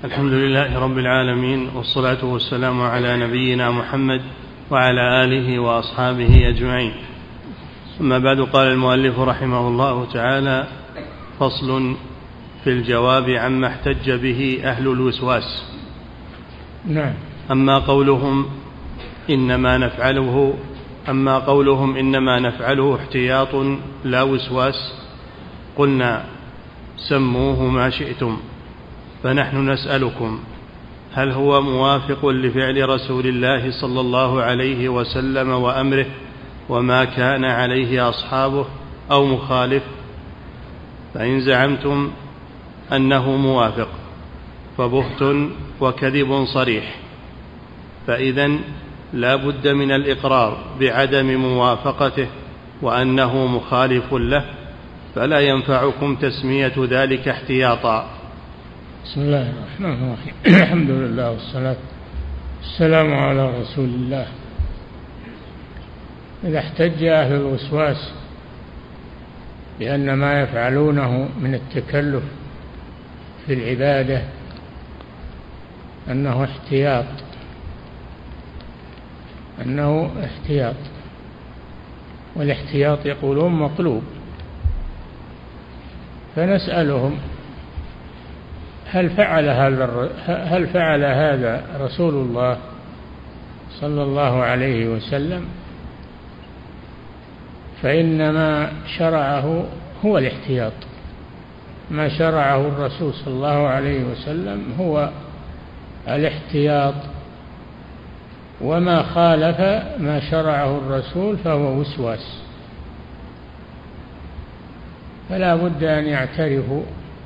الحمد لله رب العالمين، والصلاة والسلام على نبينا محمد وعلى آله وأصحابه أجمعين. أما بعد، قال المؤلف رحمه الله تعالى: فصل في الجواب عما احتج به أهل الوسواس. نعم. أما قولهم إنما نفعله احتياط لا وسواس، قلنا: سموه ما شئتم، فنحن نسألكم: هل هو موافق لفعل رسول الله صلى الله عليه وسلم وأمره وما كان عليه أصحابه، أو مخالف؟ فإن زعمتم أنه موافق فبهت وكذب صريح، فإذن لا بد من الإقرار بعدم موافقته وأنه مخالف له، فلا ينفعكم تسمية ذلك احتياطا. بسم الله الرحمن الرحيم. الحمد لله والصلاة والسلام على رسول الله. إذا احتج أهل الوسواس بأن ما يفعلونه من التكلف في العبادة أنه احتياط، والاحتياط يقولون مطلوب، فنسألهم: هل فعل هذا رسول الله صلى الله عليه وسلم؟ فإنما شرعه هو الاحتياط، ما شرعه الرسول صلى الله عليه وسلم هو الاحتياط، وما خالف ما شرعه الرسول فهو وسواس. فلا بد أن يعترفوا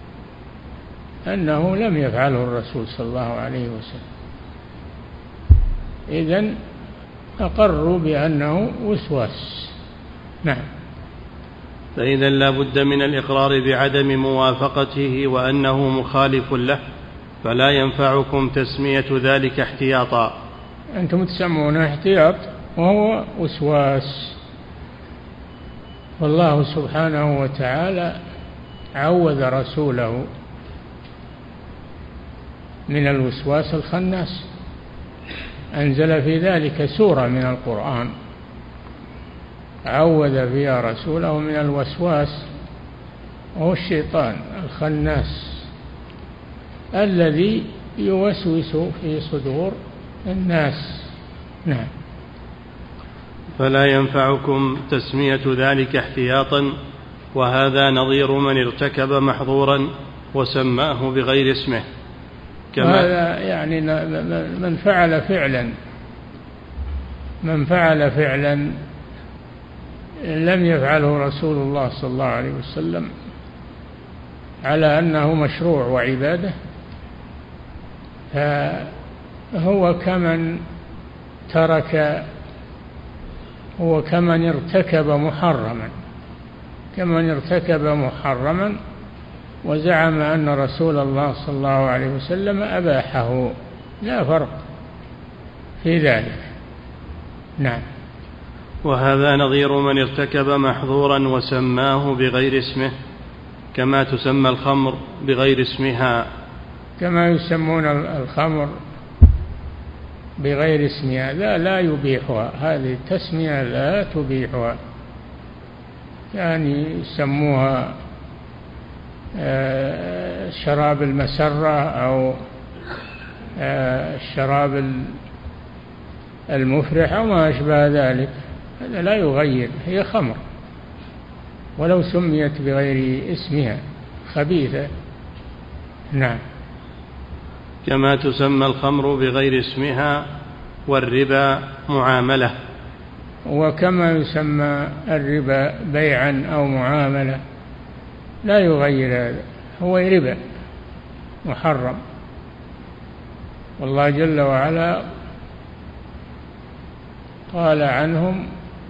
أنه لم يفعله الرسول صلى الله عليه وسلم، إذن أقروا بأنه وسواس. نعم. فإذا لا بد من الإقرار بعدم موافقته وأنه مخالف له، فلا ينفعكم تسمية ذلك احتياطا. أنتم تسمونه احتياط وهو وسواس. والله سبحانه وتعالى عوذ رسوله من الوسواس الخناس، أنزل في ذلك سورة من القرآن عوذ فيها رسوله من الوسواس، وهو الشيطان الخناس الذي يوسوس في صدور الناس. نعم. فلا ينفعكم تسمية ذلك احتياطا، وهذا نظير من ارتكب محظورا وسماه بغير اسمه. هذا يعني من فعل فعلا لم يفعله رسول الله صلى الله عليه وسلم على أنه مشروع وعبادة، فهو كمن ارتكب محرما وزعم أن رسول الله صلى الله عليه وسلم أباحه، لا فرق في ذلك. نعم. وهذا نظير من ارتكب محظورا وسماه بغير اسمه، كما تسمى الخمر بغير اسمها، كما يسمون الخمر بغير اسمها، لا يبيحها، هذه التسمية لا تبيحها، يعني يسموها شراب المسرة أو الشراب المفرح أو ما أشبه ذلك، هذا لا يغير، هي خمر ولو سميت بغير اسمها خبيثة. نعم. كما تسمى الخمر بغير اسمها، والربا معاملة. وكما يسمى الربا بيعا أو معاملة، لا يغير هذا، هو ربا محرم. والله جل وعلا قال عنهم: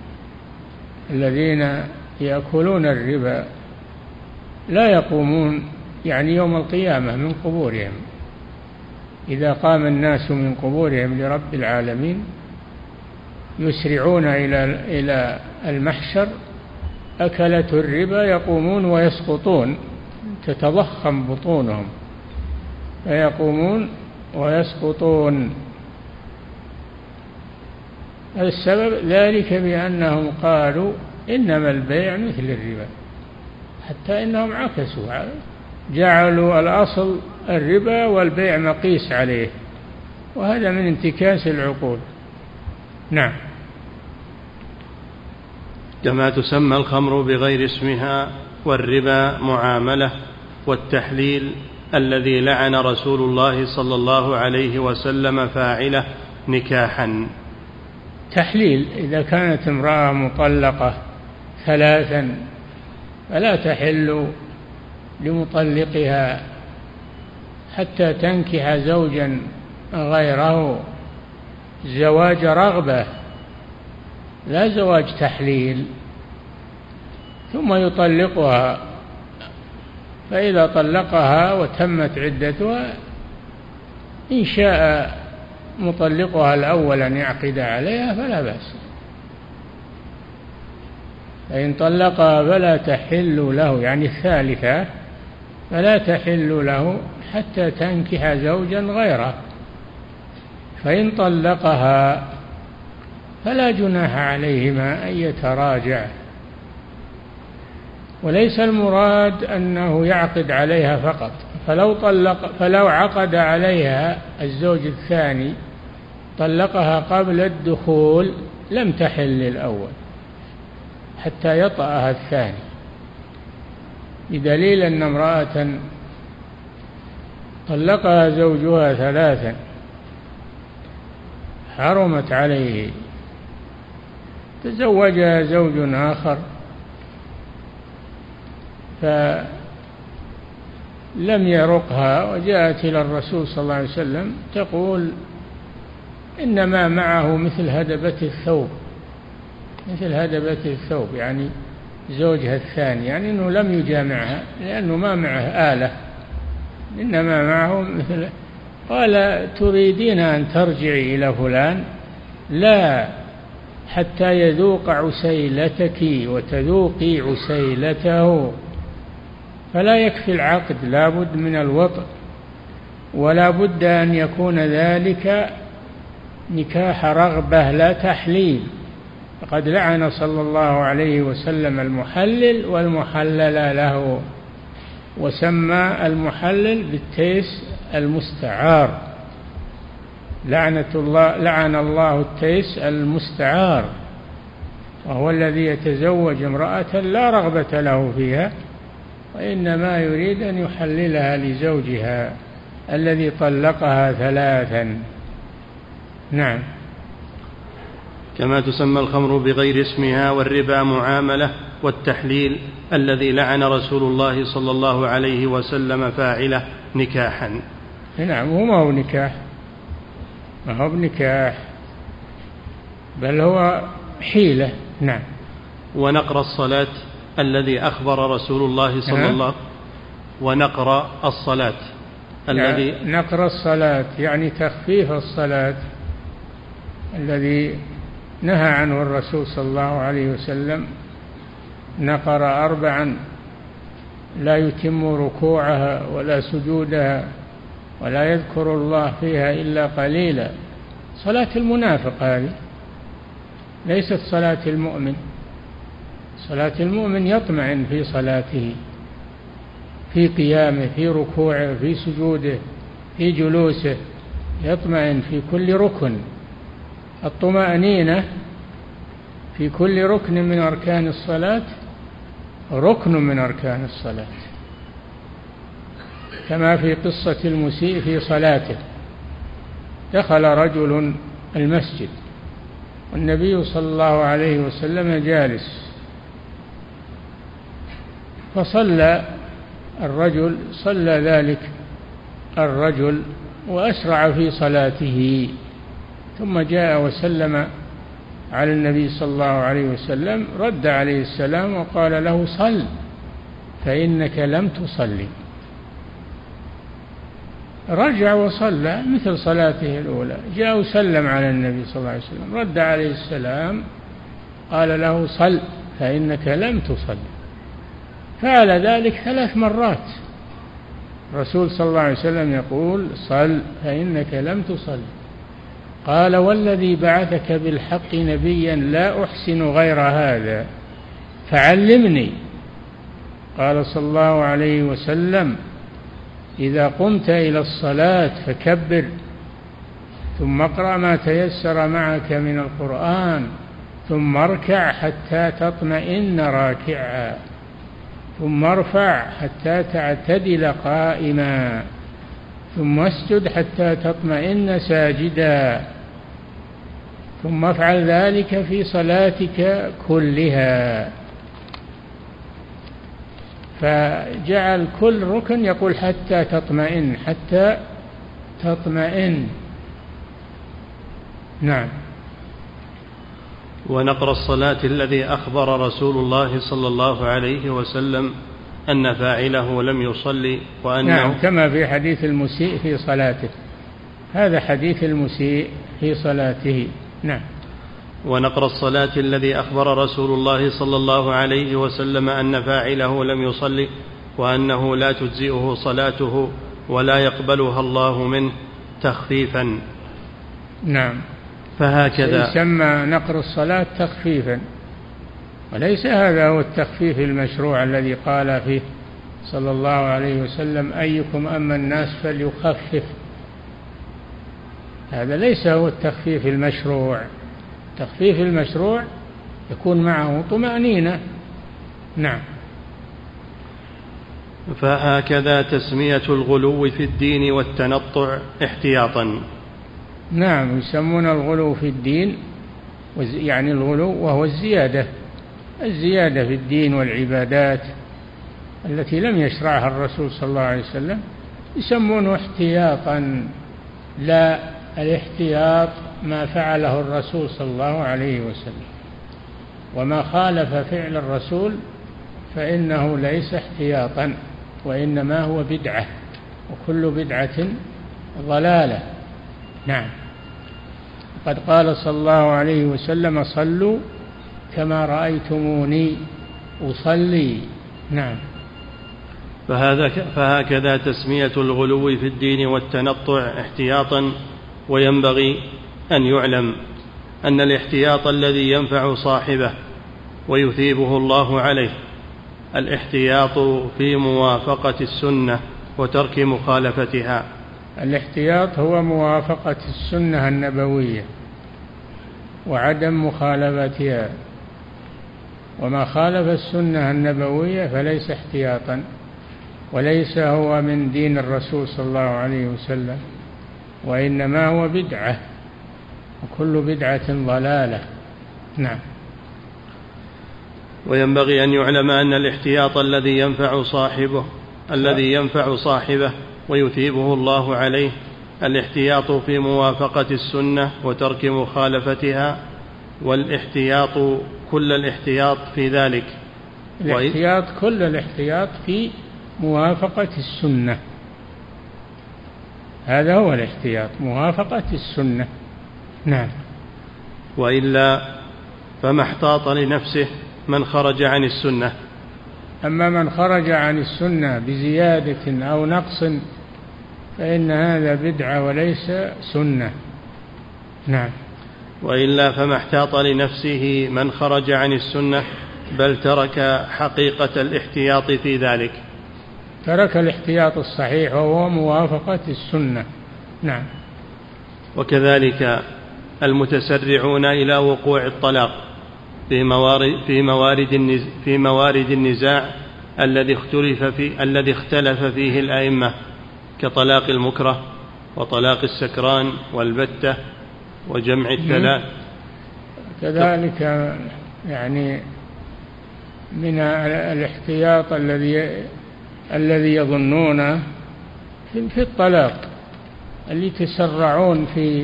الذين يأكلون الربا لا يقومون، يعني يوم القيامة، من قبورهم، إذا قام الناس من قبورهم لرب العالمين يسرعون إلى المحشر، أكلة الربا يقومون ويسقطون، تتضخم بطونهم فيقومون ويسقطون. السبب ذلك بأنهم قالوا إنما البيع مثل الربا، حتى إنهم عكسوا، جعلوا الأصل الربا والبيع مقيس عليه، وهذا من انتكاس العقول. نعم. كما تسمى الخمر بغير اسمها، والربا معاملة، والتحليل الذي لعن رسول الله صلى الله عليه وسلم فاعله نكاحا. تحليل إذا كانت امرأة مطلقة 3 فلا تحل لمطلقها حتى تنكح زوجا غيره، زواج رغبة لا زواج تحليل، ثم يطلقها، فإذا طلقها وتمت عدتها إن شاء مطلقها الأول أن يعقد عليها فلا بأس، فإن طلقها فلا تحل له، يعني الثالثة فلا تحل له حتى تنكح زوجا غيره، فإن طلقها فلا جناح عليهما أن يتراجع. وليس المراد أنه يعقد عليها فقط، فلو عقد عليها الزوج الثاني طلقها قبل الدخول لم تحل الأول حتى يطأها الثاني، بدليل أن امرأة طلقها زوجها 3 حرمت عليه، تزوجها زوج آخر فلم يرقها، وجاءت إلى الرسول صلى الله عليه وسلم تقول إنما معه مثل هدبة الثوب، مثل هدبة الثوب، يعني زوجها الثاني، يعني أنه لم يجامعها لأنه ما معه آلة، إنما معه مثل. قال تريدين أن ترجعي إلى فلان؟ لا، حتى يذوق عسيلتك وتذوقي عسيلته، فلا يكفي العقد، لا بد من الوطء، ولا بد أن يكون ذلك نكاح رغبة لا تحليل. فقد لعن صلى الله عليه وسلم المحلل والمحلل له، وسمى المحلل بالتيس المستعار، لعن الله التيس المستعار، وهو الذي يتزوج امرأة لا رغبة له فيها وإنما يريد أن يحللها لزوجها الذي طلقها 3. نعم. كما تسمى الخمر بغير اسمها، والربا معاملة، والتحليل الذي لعن رسول الله صلى الله عليه وسلم فاعله نكاحا. نعم، هو ما هو نكاح، ما هو بنكاح، بل هو حيلة. نعم. ونقر الصلاة الذي أخبر رسول الله صلى الله ونقر الصلاة الذي نقر الصلاة يعني تخفيف الصلاة الذي نهى عنه الرسول صلى الله عليه وسلم، نقر 4 لا يتم ركوعها ولا سجودها ولا يذكر الله فيها إلا قليلا. صلاة المنافق هذه ليست صلاة المؤمن. صلاة المؤمن يطمئن في صلاته، في قيامه، في ركوعه، في سجوده، في جلوسه، يطمئن في كل ركن. الطمأنينة في كل ركن من أركان الصلاة ركن من أركان الصلاة، كما في قصة المسيء في صلاته. دخل رجل المسجد والنبي صلى الله عليه وسلم جالس، فصلى ذلك الرجل وأسرع في صلاته، ثم جاء وسلم على النبي صلى الله عليه وسلم، رد عليه السلام وقال له صل فإنك لم تصلي. رجع وصلى مثل صلاته الأولى، جاء وسلم على النبي صلى الله عليه وسلم، رد عليه السلام قال له صل فإنك لم تصلي. فعل ذلك 3 مرات الرسول صلى الله عليه وسلم يقول صل فإنك لم تصل. قال والذي بعثك بالحق نبيا لا أحسن غير هذا فعلمني. قال صلى الله عليه وسلم إذا قمت إلى الصلاة فكبر ثم اقرأ ما تيسر معك من القرآن ثم اركع حتى تطمئن راكعا ثم ارفع حتى تعتدل قائما ثم اسجد حتى تطمئن ساجدا ثم افعل ذلك في صلاتك كلها. فجعل كل ركن يقول حتى تطمئن حتى تطمئن. نعم. ونقر الصلاة الذي أخبر رسول الله صلى الله عليه وسلم أن فاعله لم يصلي وأنه نعم كما في حديث المسيء في صلاته. هذا حديث المسيء في صلاته. نعم. ونقر الصلاة الذي أخبر رسول الله صلى الله عليه وسلم أن فاعله لم يصلي وأنه لا تجزئه صلاته ولا يقبلها الله منه تخفيفا. نعم. فهكذا يسمى نقر الصلاة تخفيفا، وليس هذا هو التخفيف المشروع الذي قال فيه صلى الله عليه وسلم أيكم أما الناس فليخفف. هذا ليس هو التخفيف المشروع. التخفيف المشروع يكون معه طمأنينة. نعم. فهكذا تسمية الغلو في الدين والتنطع احتياطا. نعم يسمون الغلو في الدين يعني الغلو وهو الزيادة في الدين والعبادات التي لم يشرعها الرسول صلى الله عليه وسلم يسمونه احتياطا. لا، الاحتياط ما فعله الرسول صلى الله عليه وسلم، وما خالف فعل الرسول فإنه ليس احتياطا وإنما هو بدعة، وكل بدعة ضلالة. نعم. قد قال صلى الله عليه وسلم صلوا كما رأيتموني أصلي. نعم. فهكذا تسمية الغلو في الدين والتنطع احتياطا. وينبغي أن يعلم أن الاحتياط الذي ينفع صاحبه ويثيبه الله عليه الاحتياط في موافقة السنة وترك مخالفتها. الاحتياط هو موافقة السنة النبوية وعدم مخالفتها، وما خالف السنة النبوية فليس احتياطا وليس هو من دين الرسول صلى الله عليه وسلم، وإنما هو بدعة، وكل بدعة ضلالة. نعم. وينبغي أن يعلم أن الاحتياط الذي ينفع صاحبه ويثيبه الله عليه الاحتياط في موافقة السنة وترك مخالفتها، والاحتياط كل الاحتياط في ذلك. الاحتياط كل الاحتياط في موافقة السنة، هذا هو الاحتياط، موافقة السنة. نعم. وإلا فما احتاط لنفسه من خرج عن السنة. أما من خرج عن السنة بزيادة أو نقص فإن هذا بدعة وليس سنة. نعم. وإلا فما احتاط لنفسه من خرج عن السنة بل ترك حقيقة الاحتياط في ذلك، ترك الاحتياط الصحيح وهو موافقة السنة. نعم. وكذلك المتسرعون إلى وقوع الطلاق في موارد النزاع الذي اختلف فيه الأئمة كطلاق المكره وطلاق السكران والبتة وجمع الثلاث. كذلك يعني من الاحتياط الذي يظنونه في الطلاق اللي يتسرعون في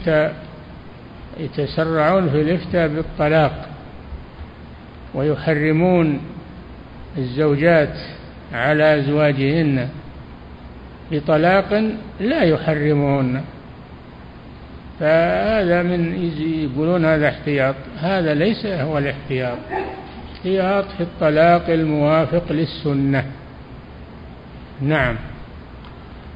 الإفتاء بالطلاق ويحرمون الزوجات على أزواجهن بطلاق لا يحرمون، فهذا من يقولون هذا احتياط. هذا ليس هو الاحتياط. احتياط في الطلاق الموافق للسنة. نعم.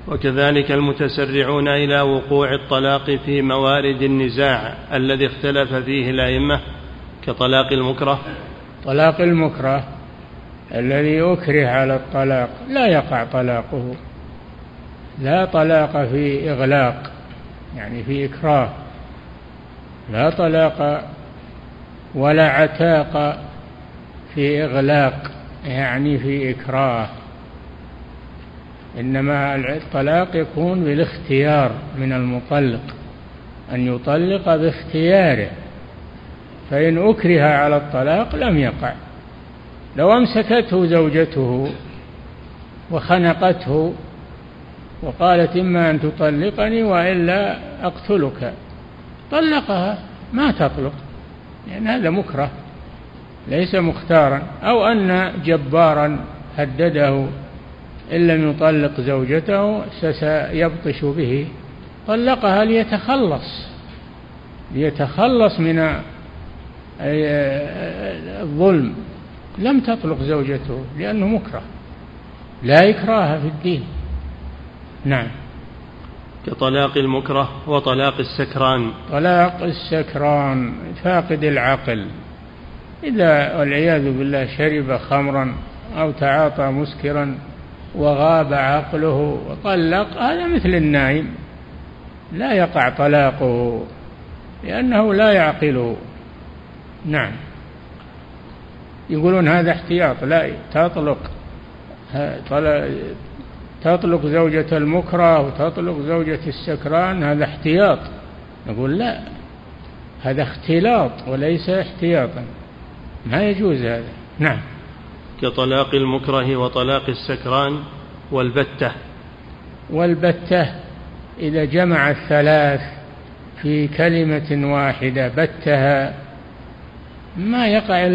وكذلك المتسرعون إلى وقوع الطلاق في موارد النزاع الذي اختلف فيه الأئمة كطلاق المكره. طلاق المكره الذي أكره على الطلاق لا يقع طلاقه، لا طلاق في إغلاق يعني في إكراه، لا طلاق ولا عتاق في إغلاق يعني في إكراه، إنما الطلاق يكون بالاختيار من المطلق، أن يطلق باختياره، فإن أكره على الطلاق لم يقع. لو أمسكته زوجته وخنقته وقالت إما أن تطلقني وإلا أقتلك، طلقها ما تطلق، لأن هذا مكره ليس مختارا. أو أن جبارا هدده إن لم يطلق زوجته سيبطش به، طلقها ليتخلص من الظلم، لم تطلق زوجته لأنه مكره، لا إكراه في الدين. نعم. كطلاق المكره وطلاق السكران. طلاق السكران فاقد العقل، إذا والعياذ بالله شرب خمرا أو تعاطى مسكرا وغاب عقله وطلق، هذا مثل النائم لا يقع طلاقه لأنه لا يعقله. نعم. يقولون هذا احتياط، لا، تطلق زوجة المكره وتطلق زوجة السكران، هذا احتياط. نقول لا، هذا اختلاط وليس احتياطا، ما يجوز هذا. نعم. كطلاق المكره وطلاق السكران والبتة إذا جمع الثلاث في كلمة واحدة بتها، ما يقع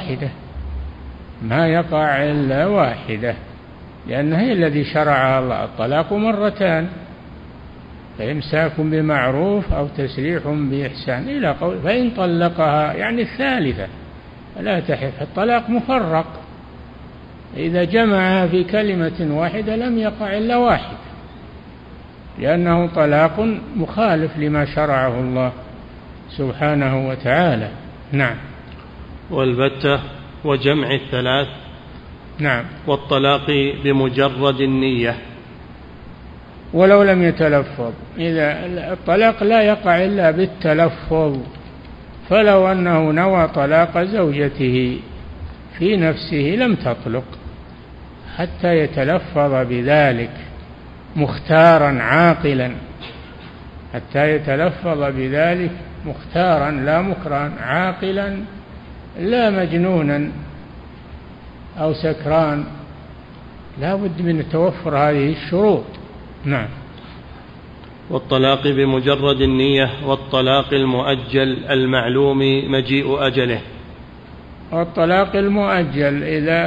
إلا واحدة، لأنها هي الذي شرعها الله. الطلاق مرتان، فإمساك بمعروف أو تسريح بإحسان إلى قول، فإن طلقها يعني الثالثة لا تحل. الطلاق مفرق، إذا جمعها في كلمة واحدة لم يقع إلا واحد، لأنه طلاق مخالف لما شرعه الله سبحانه وتعالى. نعم. والبتة وجمع الثلاث. نعم. والطلاق بمجرد النية ولو لم يتلفظ، إذا الطلاق لا يقع إلا بالتلفظ، فلو أنه نوى طلاق زوجته في نفسه لم تطلق حتى يتلفظ بذلك مختارا عاقلا، حتى يتلفظ بذلك مختارا لا مكرها، عاقلا لا مجنونا أو سكران، لا بد من توفر هذه الشروط. نعم. والطلاق بمجرد النية والطلاق المؤجل المعلوم مجيء أجله. والطلاق المؤجل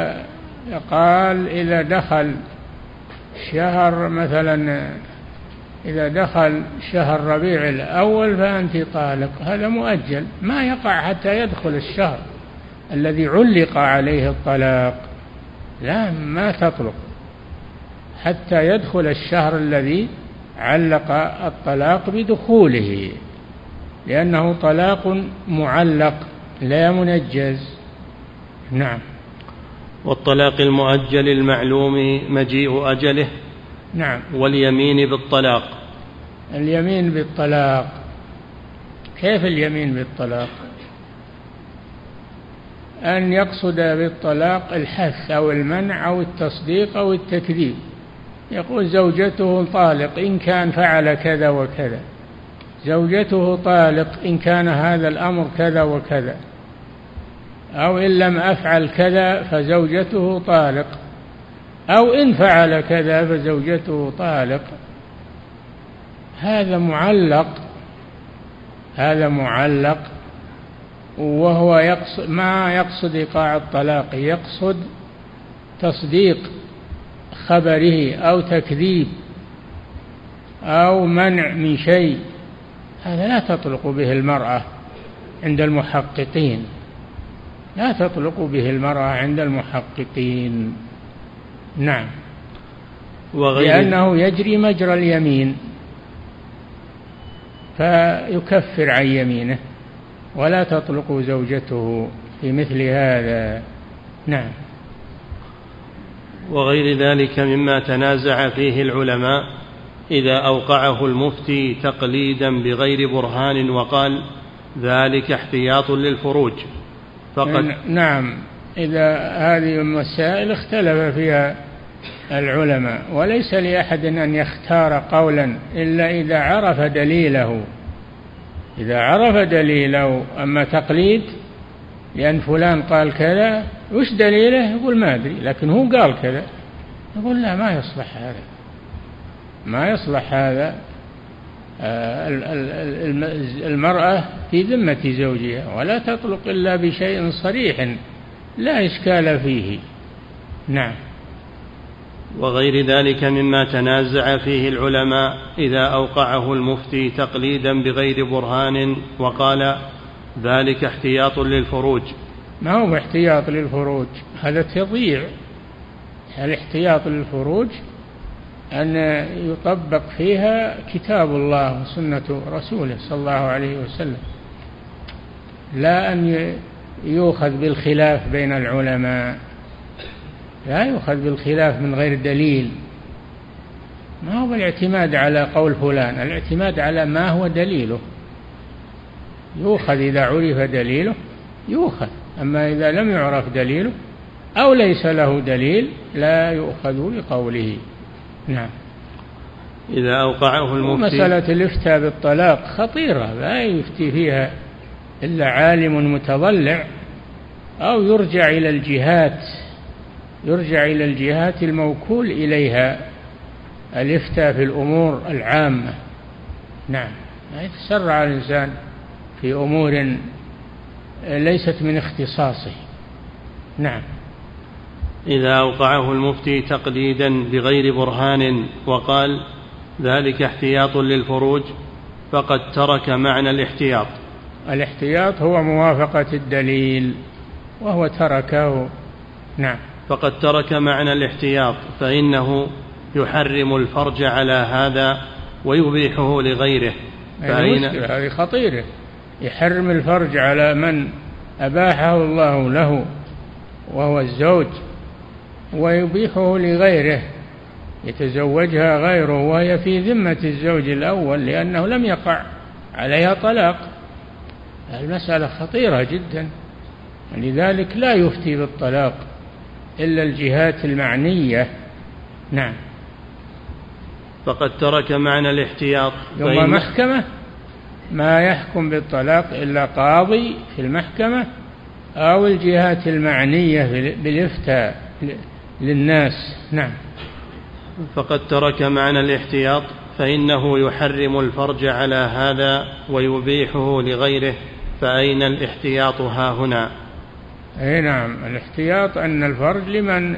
إذا دخل شهر، مثلا إذا دخل شهر ربيع الأول فأنت طالق، هذا مؤجل ما يقع حتى يدخل الشهر الذي علق عليه الطلاق، لا، ما تطلق حتى يدخل الشهر الذي علق الطلاق بدخوله، لأنه طلاق معلق لا منجز. نعم. والطلاق المؤجل المعلوم مجيء أجله. نعم. واليمين بالطلاق. اليمين بالطلاق، كيف اليمين بالطلاق؟ أن يقصد بالطلاق الحث أو المنع أو التصديق أو التكذيب، يقول زوجته طالق إن كان فعل كذا وكذا، زوجته طالق إن كان هذا الأمر كذا وكذا، أو إن لم أفعل كذا فزوجته طالق، أو إن فعل كذا فزوجته طالق. هذا معلق، وهو ما يقصد إيقاع الطلاق، يقصد تصديق خبره أو تكذيب أو منع من شيء، هذا لا تطلق به المرأة عند المحققين، لا تطلق به المرأة عند المحققين. نعم. لأنه يجري مجرى اليمين فيكفر عن يمينه، ولا تطلق زوجته في مثل هذا. نعم. وغير ذلك مما تنازع فيه العلماء إذا أوقعه المفتي تقليدا بغير برهان وقال ذلك احتياط للفروج فقد. نعم، إذا هذه المسائل اختلف فيها العلماء، وليس لأحد أن يختار قولا إلا إذا عرف دليله. إذا عرف دليله. أما تقليد لأن فلان قال كذا، وش دليله؟ يقول ما أدري، لكن هو قال كذا، يقول لا، ما يصلح هذا، ما يصلح هذا. المرأة في ذمة زوجها ولا تطلق إلا بشيء صريح لا إشكال فيه. نعم. وغير ذلك مما تنازع فيه العلماء إذا أوقعه المفتي تقليدا بغير برهان وقال ذلك احتياط للفروج. ما هو احتياط للفروج، هذا تضييع. الاحتياط للفروج أن يطبق فيها كتاب الله وسنة رسوله صلى الله عليه وسلم، لا أن يؤخذ بالخلاف بين العلماء، لا يؤخذ بالخلاف من غير دليل. ما هو الاعتماد على قول فلان، الاعتماد على ما هو دليله. يؤخذ إذا عرف دليله يؤخذ، أما إذا لم يعرف دليله أو ليس له دليل لا يؤخذ بقوله. نعم. إذا أوقعه المفتي. مسألة الإفتاء بالطلاق خطيرة، لا يفتي فيها إلا عالم متضلع، أو يرجع إلى الجهات الموكول إليها الإفتاء في الأمور العامة. نعم. لا يتسرع الإنسان في أمور ليست من اختصاصه. نعم. إذا أوقعه المفتي تقليدا بغير برهان وقال ذلك احتياط للفروج فقد ترك معنى الاحتياط. الاحتياط هو موافقة الدليل وهو تركه. نعم. فقد ترك معنى الاحتياط فإنه يحرم الفرج على هذا ويبيحه لغيره. هذه خطيرة، يحرم الفرج على من أباحه الله له وهو الزوج، ويبيحه لغيره يتزوجها غيره وهي في ذمة الزوج الأول لأنه لم يقع عليها طلاق. المسألة خطيرة جدا، لذلك لا يفتي بالطلاق إلا الجهات المعنية. نعم. فقد ترك معنى الاحتياط. يوم محكمة ما يحكم بالطلاق إلا قاضي في المحكمة أو الجهات المعنية بالإفتاء للناس. نعم. فقد ترك معنى الاحتياط فإنه يحرم الفرج على هذا ويبيحه لغيره، فأين الاحتياط ها هنا؟ أي نعم، الاحتياط أن الفرج لمن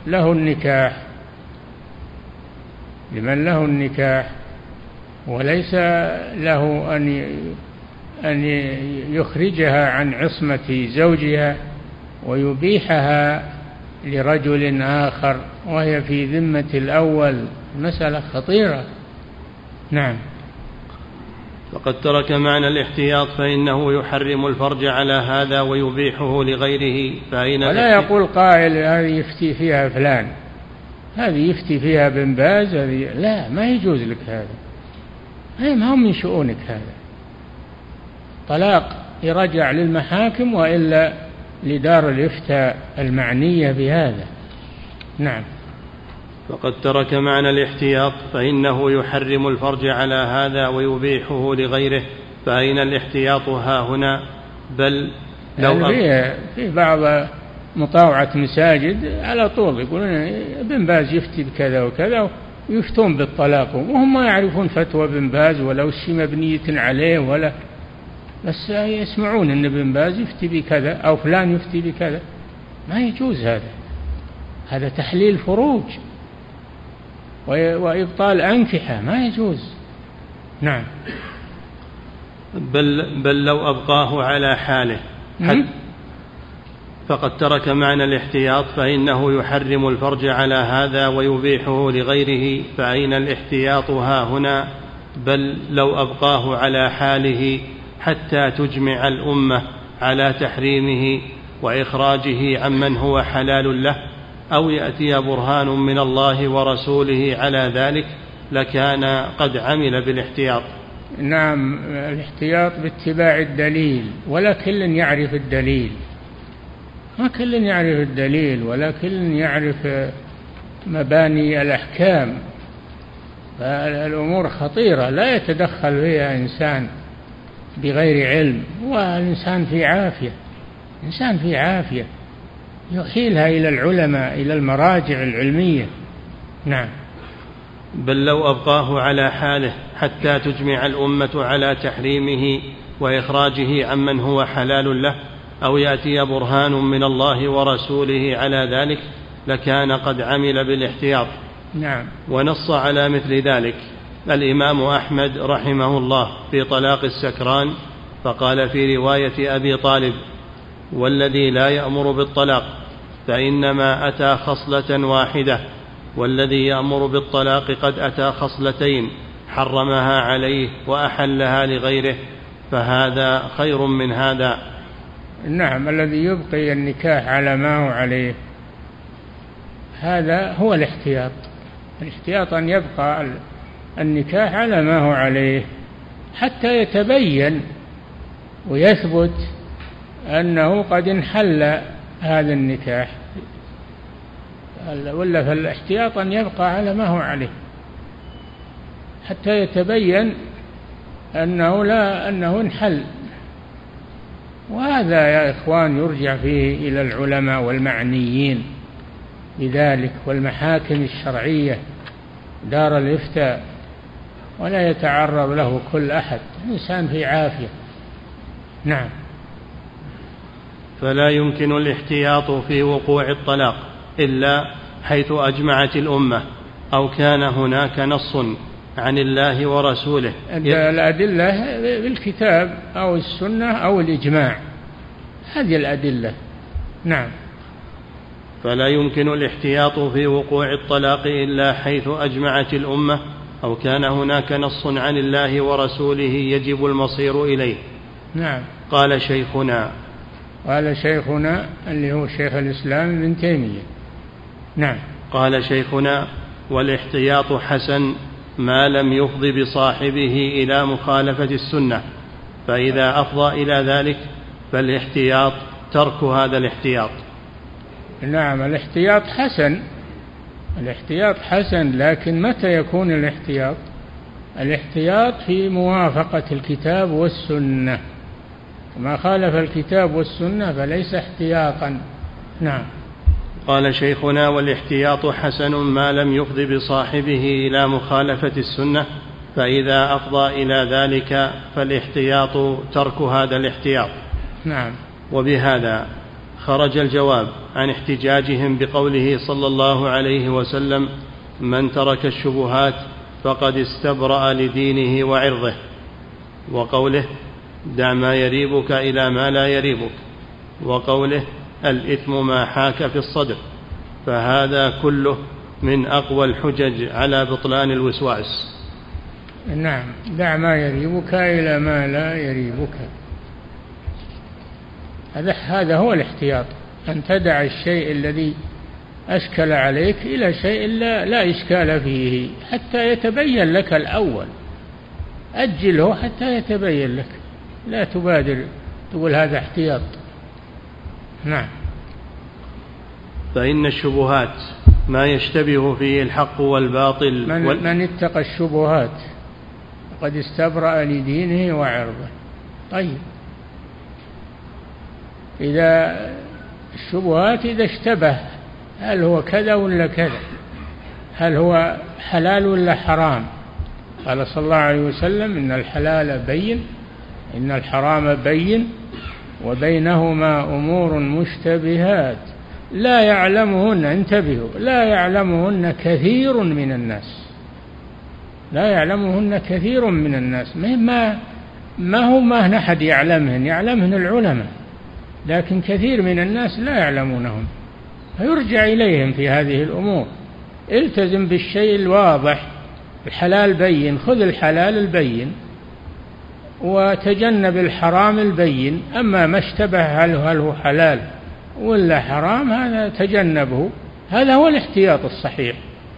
له النكاح وليس له أن يخرجها عن عصمة زوجها ويبيحها لرجل آخر وهي في ذمة الأول. مسألة خطيرة. نعم. فقد ترك معنى الاحتياط فإنه يحرم الفرج على هذا ويبيحه لغيره، فأين ولا يقول قائل هذه يفتي فيها فلان، هذه يفتي فيها بن باز، لا، ما يجوز لك هذا، ما هو من شؤونك هذا. طلاق يرجع للمحاكم وإلا لدار الإفتاء المعنية بهذا. نعم. فقد ترك معنى الاحتياط فإنه يحرم الفرج على هذا ويبيحه لغيره، فأين الاحتياط ها هنا؟ بل لو في بعض مطاوعة مساجد على طول يقولون ابن باز يفتي بكذا وكذا ويفتون بالطلاق، وهم ما يعرفون فتوى ابن باز ولا وش مبنية عليه، ولا بس يسمعون ان ابن باز يفتي بكذا أو فلان يفتي بكذا. ما يجوز هذا تحليل فروج وإبطال أنكحة، ما يجوز. نعم. بل لو أبقاه على حاله فقد ترك معنى الاحتياط، فإنه يحرم الفرج على هذا ويبيحه لغيره، فأين الاحتياط ها هنا؟ بل لو أبقاه على حاله حتى تجمع الأمة على تحريمه وإخراجه عمن هو حلال له، أو يأتي برهان من الله ورسوله على ذلك، لكان قد عمل بالاحتياط. نعم، الاحتياط باتباع الدليل، ولا كل يعرف الدليل، ما كل يعرف الدليل، ولا كل يعرف مباني الأحكام. فالأمور خطيرة لا يتدخل فيها إنسان بغير علم، والإنسان في عافية، إنسان في عافية يحيلها إلى العلماء، إلى المراجع العلمية. نعم. بل لو أبقاه على حاله حتى تجمع الأمة على تحريمه وإخراجه عمن هو حلال له، أو يأتي برهان من الله ورسوله على ذلك، لكان قد عمل بالاحتياط. نعم. ونص على مثل ذلك الإمام أحمد رحمه الله في طلاق السكران، فقال في رواية أبي طالب: والذي لا يأمر بالطلاق فإنما أتى خصلة واحدة، والذي يأمر بالطلاق قد أتى خصلتين حرمها عليه وأحلها لغيره، فهذا خير من هذا. نعم، الذي يبقي النكاح على ما هو عليه هذا هو الاحتياط. الاحتياط أن يبقى النكاح على ما هو عليه حتى يتبين ويثبت أنه قد انحل هذا النكاح، ولا فالاحتياط أن يبقى على ما هو عليه حتى يتبين أنه انحل. وهذا يا إخوان يرجع فيه إلى العلماء والمعنيين بذلك والمحاكم الشرعية، دار الإفتاء، ولا يتعرض له كل أحد، إنسان في عافية. نعم. فلا يمكن الاحتياط في وقوع الطلاق إلا حيث أجمعت الأمة، أو كان هناك نص عن الله ورسوله. الأدلة بالكتاب أو السنة أو الإجماع، هذه الأدلة. نعم. فلا يمكن الاحتياط في وقوع الطلاق إلا حيث أجمعت الأمة، أو كان هناك نص عن الله ورسوله يجب المصير إليه. نعم. قال شيخنا اللي هو شيخ الإسلام ابن تيمية. نعم. قال شيخنا: والاحتياط حسن ما لم يفض بصاحبه إلى مخالفة السنة، فإذا أفضى إلى ذلك فالاحتياط ترك هذا الاحتياط. نعم، الاحتياط حسن، لكن متى يكون الاحتياط في موافقة الكتاب والسنة، ما خالف الكتاب والسنة فليس احتياطا. نعم. قال شيخنا: والاحتياط حسن ما لم يفض بصاحبه إلى مخالفة السنة، فإذا أفضى إلى ذلك فالاحتياط ترك هذا الاحتياط. نعم. وبهذا خرج الجواب عن احتجاجهم بقوله صلى الله عليه وسلم: من ترك الشبهات فقد استبرأ لدينه وعرضه، وقوله: دع ما يريبك إلى ما لا يريبك، وقوله: الإثم ما حاك في الصدر. فهذا كله من أقوى الحجج على بطلان الوسواس. نعم، دع ما يريبك إلى ما لا يريبك، هذا هو الاحتياط، أن تدع الشيء الذي أشكل عليك إلى شيء لا إشكال فيه حتى يتبين لك الأول، أجله حتى يتبين لك، لا تبادر تقول هذا احتياط. نعم. فإن الشبهات ما يشتبه فيه الحق والباطل. من اتقى الشبهات قد استبرأ لدينه وعرضه. طيب، إذا الشبهات إذا اشتبه، هل هو كذا ولا كذا، هل هو حلال ولا حرام؟ قال صلى الله عليه وسلم: إن الحلال بين إن الحرام بين وبينهما أمور مشتبهات لا يعلمهن، انتبهوا، لا يعلمهن كثير من الناس، لا يعلمهن كثير من الناس، ما أحد يعلمهن العلماء، لكن كثير من الناس لا يعلمونهم، فيرجع إليهم في هذه الأمور. التزم بالشيء الواضح، الحلال بين، خذ الحلال البين وتجنب الحرام البين. أما ما اشتبه هل هو حلال ولا حرام هذا تجنبه، هذا هو الاحتياط الصحيح.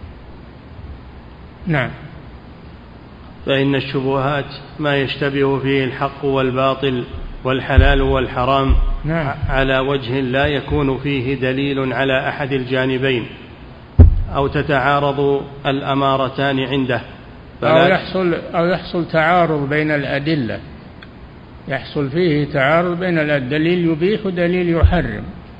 نعم. فإن الشبهات ما يشتبه فيه الحق والباطل والحلال والحرام، نعم، على وجه لا يكون فيه دليل على أحد الجانبين، أو تتعارض الأمارتان عنده، أو يحصل تعارض بين الأدلة، يحصل فيه تعارض بين الدليل يبيح ودليل يحرم،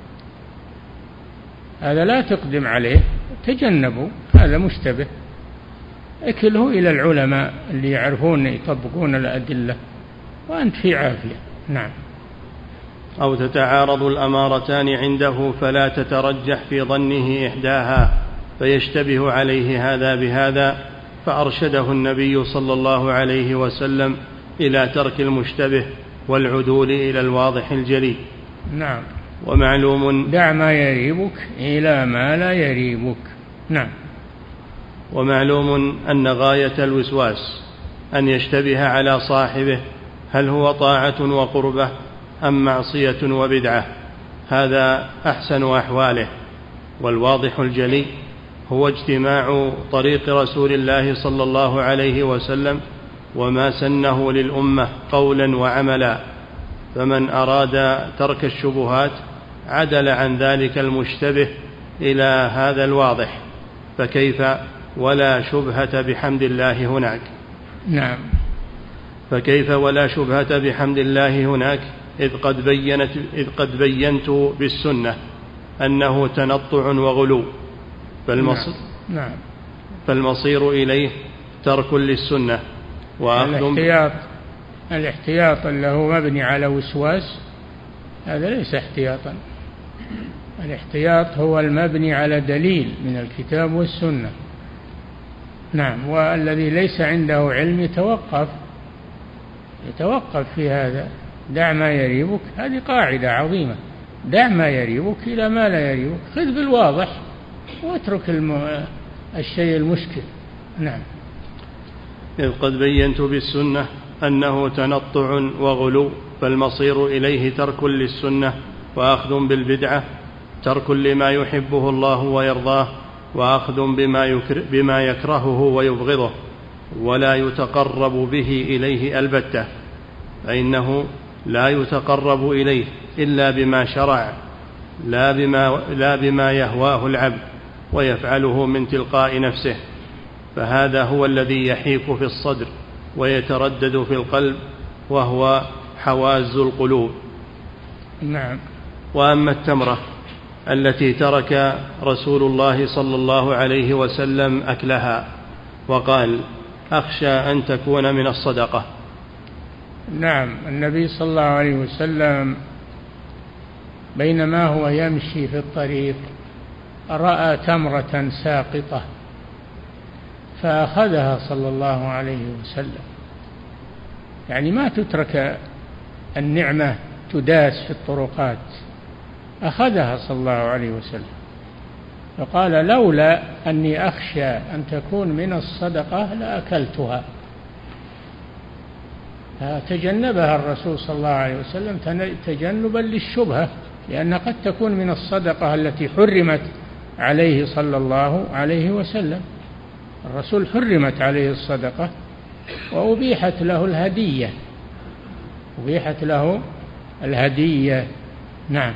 هذا لا تقدم عليه، تجنبوا، هذا مشتبه، اكله إلى العلماء اللي يعرفون يطبقون الأدلة وأنت في عافية. نعم. أو تتعارض الأمارتان عنده فلا تترجح في ظنه إحداها فيشتبه عليه هذا بهذا، فأرشده النبي صلى الله عليه وسلم إلى ترك المشتبه والعدول إلى الواضح الجلي. نعم. ومعلوم دع ما يريبك إلى ما لا يريبك. نعم. ومعلوم أن غاية الوسواس أن يشتبه على صاحبه هل هو طاعة وقربة أم معصية وبدعة، هذا أحسن أحواله. والواضح الجلي هو اجتماع طريق رسول الله صلى الله عليه وسلم وما سنه للأمة قولا وعملا، فمن أراد ترك الشبهات عدل عن ذلك المشتبه إلى هذا الواضح، فكيف ولا شبهة بحمد الله هناك. نعم. فكيف ولا شبهة بحمد الله هناك إذ قد بينت بالسنة أنه تنطع وغلو، فالمصير إليه ترك للسنة وأخذ. الاحتياط اللي هو مبني على وسواس هذا ليس احتياطا، الاحتياط هو المبني على دليل من الكتاب والسنة. نعم. والذي ليس عنده علم يتوقف في هذا. دع ما يريبك، هذه قاعدة عظيمة، دع ما يريبك إلى ما لا يريبك، خذ بالواضح واترك الشيء المشكل. نعم. إذ قد بينت بالسنة أنه تنطع وغلو، فالمصير إليه ترك للسنة وأخذ بالبدعة، ترك لما يحبه الله ويرضاه وأخذ بما يكرهه ويبغضه، ولا يتقرب به إليه البتة، فإنه لا يتقرب إليه إلا بما شرع لا بما يهواه العبد ويفعله من تلقاء نفسه، فهذا هو الذي يحيك في الصدر ويتردد في القلب، وهو حواز القلوب. نعم. وأما التمرة التي ترك رسول الله صلى الله عليه وسلم أكلها وقال أخشى أن تكون من الصدقة. نعم. النبي صلى الله عليه وسلم بينما هو يمشي في الطريق رأى تمرة ساقطة فأخذها صلى الله عليه وسلم، يعني ما تترك النعمة تداس في الطرقات، أخذها صلى الله عليه وسلم فقال لولا أني أخشى أن تكون من الصدقة لأكلتها، فتجنبها الرسول صلى الله عليه وسلم تجنبا للشبهة، لأن قد تكون من الصدقة التي حرمت عليه صلى الله عليه وسلم. الرسول حرمت عليه الصدقة وأبيحت له الهدية، أبيحت له الهدية. نعم.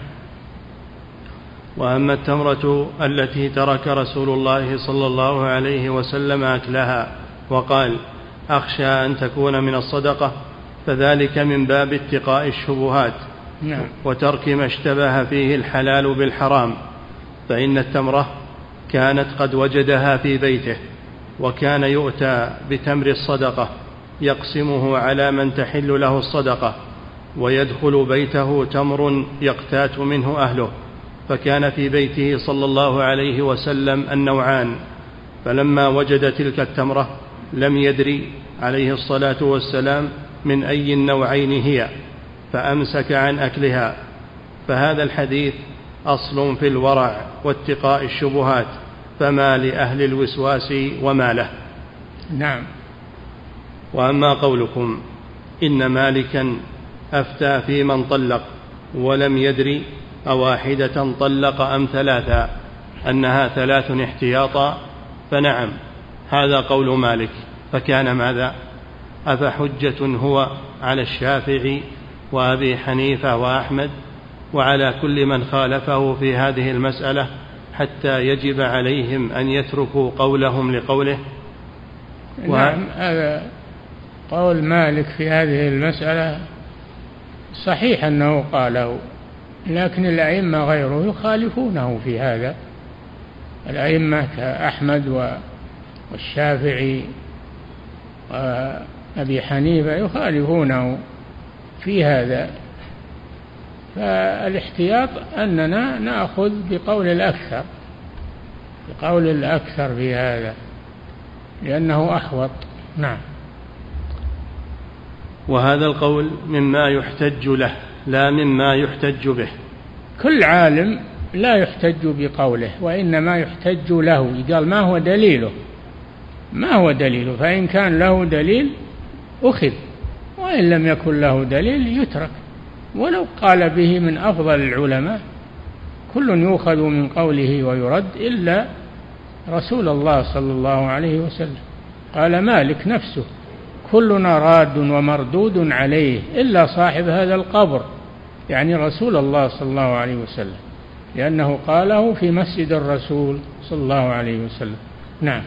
وأما التمرة التي ترك رسول الله صلى الله عليه وسلم أكلها وقال أخشى أن تكون من الصدقة، فذلك من باب اتقاء الشبهات. نعم. وترك ما اشتبه فيه الحلال بالحرام، فإن التمرة كانت قد وجدها في بيته، وكان يؤتى بتمر الصدقة يقسمه على من تحل له الصدقة، ويدخل بيته تمر يقتات منه أهله، فكان في بيته صلى الله عليه وسلم النوعان، فلما وجد تلك التمرة لم يدري عليه الصلاة والسلام من أي النوعين هي، فأمسك عن أكلها، فهذا الحديث أصل في الورع واتقاء الشبهات، فما لأهل الوسواس وما له. نعم. وأما قولكم إن مالكا أفتى في من طلق ولم يدري أواحدة طلق أم ثلاثا أنها 3 احتياطا، فنعم هذا قول مالك، فكان ماذا؟ أفحجة هو على الشافعي وأبي حنيفة وأحمد وعلى كل من خالفه في هذه المسألة حتى يجب عليهم أن يتركوا قولهم لقوله؟ نعم، هذا قول مالك في هذه المسألة صحيح أنه قاله، لكن الأئمة غيره يخالفونه في هذا. الأئمة كأحمد والشافعي وأبي حنيفة يخالفونه في هذا. فالاحتياط أننا نأخذ بقول الأكثر في هذا لأنه أحوط. نعم. وهذا القول مما يحتج له لا مما يحتج به. كل عالم لا يحتج بقوله وإنما يحتج له. قال ما هو دليله، فإن كان له دليل أخذ، وإن لم يكن له دليل يترك. ولو قال به من أفضل العلماء كل يؤخذ من قوله ويرد إلا رسول الله صلى الله عليه وسلم. قال مالك نفسه كلنا راد ومردود عليه إلا صاحب هذا القبر، يعني رسول الله صلى الله عليه وسلم، لأنه قاله في مسجد الرسول صلى الله عليه وسلم. نعم.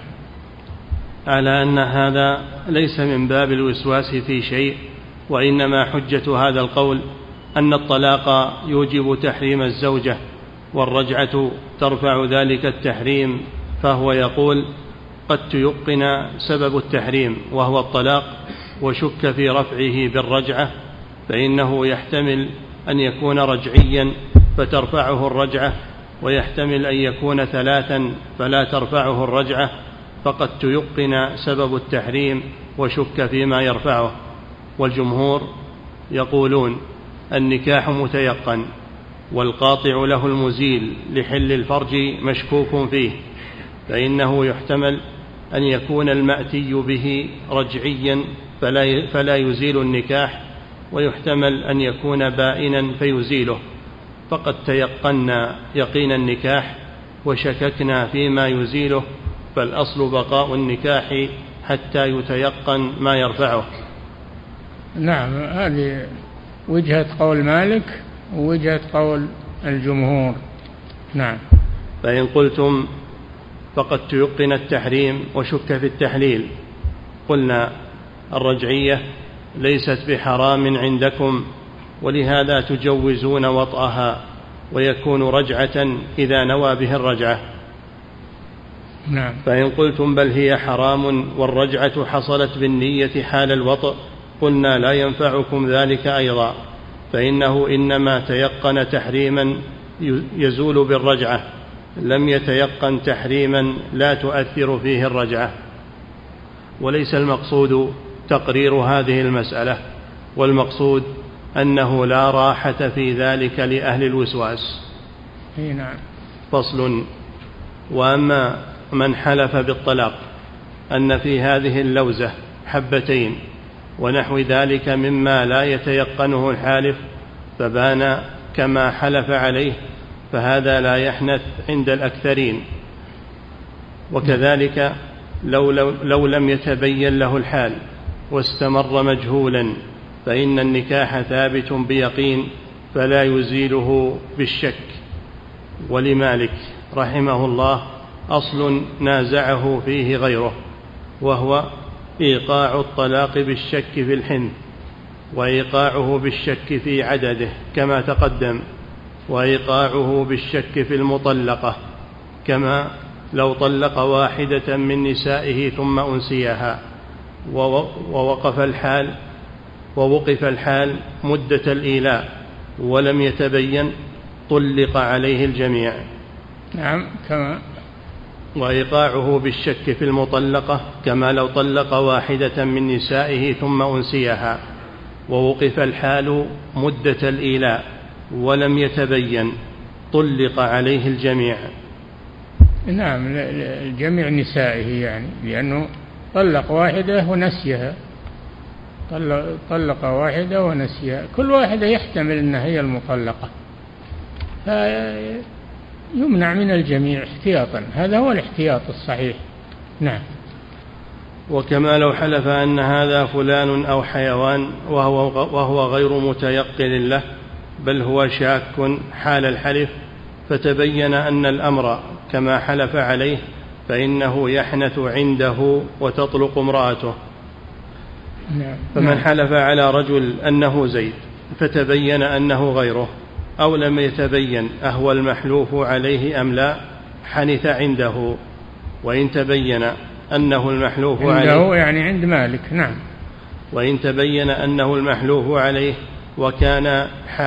على أن هذا ليس من باب الوسواس في شيء، وإنما حجة هذا القول أن الطلاق يوجب تحريم الزوجة، والرجعة ترفع ذلك التحريم، فهو يقول قد تيقن سبب التحريم وهو الطلاق وشك في رفعه بالرجعة، فإنه يحتمل أن يكون رجعيا فترفعه الرجعة، ويحتمل أن يكون 3 فلا ترفعه الرجعة، فقد تيقن سبب التحريم وشك فيما يرفعه. والجمهور يقولون النكاح متيقن، والقاطع له المزيل لحل الفرج مشكوك فيه، فإنه يحتمل أن يكون المأتي به رجعيا فلا يزيل النكاح، ويحتمل أن يكون بائنا فيزيله، فقد تيقنا يقين النكاح وشككنا فيما يزيله، فالأصل بقاء النكاح حتى يتيقن ما يرفعه. نعم، هذه وجهة قول مالك ووجهة قول الجمهور. نعم. فإن قلتم فقد تيقن التحريم وشك في التحليل، قلنا الرجعية ليست بحرام عندكم، ولهذا تجوزون وطئها، ويكون رجعة إذا نوى به الرجعة. نعم. فإن قلتم بل هي حرام والرجعة حصلت بالنية حال الوطئ، قلنا لا ينفعكم ذلك أيضا، فإنه إنما تيقن تحريما يزول بالرجعة، لم يتيقن تحريما لا تؤثر فيه الرجعة. وليس المقصود تقرير هذه المسألة، والمقصود أنه لا راحة في ذلك لأهل الوسواس. نعم. فصل. وأما من حلف بالطلاق أن في هذه اللوزة 2 ونحو ذلك مما لا يتيقنه الحالف فبان كما حلف عليه، فهذا لا يحنث عند الأكثرين. وكذلك لو لم يتبين له الحال واستمر مجهولا، فإن النكاح ثابت بيقين فلا يزيله بالشك. ولمالك رحمه الله أصل نازعه فيه غيره، وهو إيقاع الطلاق بالشك في الحنث، وإيقاعه بالشك في عدده كما تقدم، وإيقاعه بالشك في المطلقة، كما لو طلق واحدة من نسائه ثم أنسيها ووقف الحال مدة الإيلاء ولم يتبين طلق عليه الجميع. نعم. كما وإيقاعه بالشك في المطلقة كما لو طلق واحدة من نسائه ثم أنسيها ووقف الحال مدة الإيلاء ولم يتبين طلق عليه الجميع. نعم، الجميع نسائه يعني، لأنه طلق واحدة ونسيها، طلق واحدة ونسيها، كل واحدة يحتمل أنها هي المطلقة، فيمنع من الجميع احتياطا، هذا هو الاحتياط الصحيح. نعم. وكما لو حلف أن هذا فلان أو حيوان وهو غير متيقن له، بل هو شاك حال الحلف، فتبين أن الأمر كما حلف عليه، فإنه يحنث عنده وتطلق امرأته. فمن حلف على رجل أنه زيد فتبين أنه غيره، أو لم يتبين أهو المحلوف عليه أم لا، حنث عنده. وإن تبين أنه المحلوف عليه يعني عند مالك. نعم. وإن تبين أنه المحلوف عليه وكان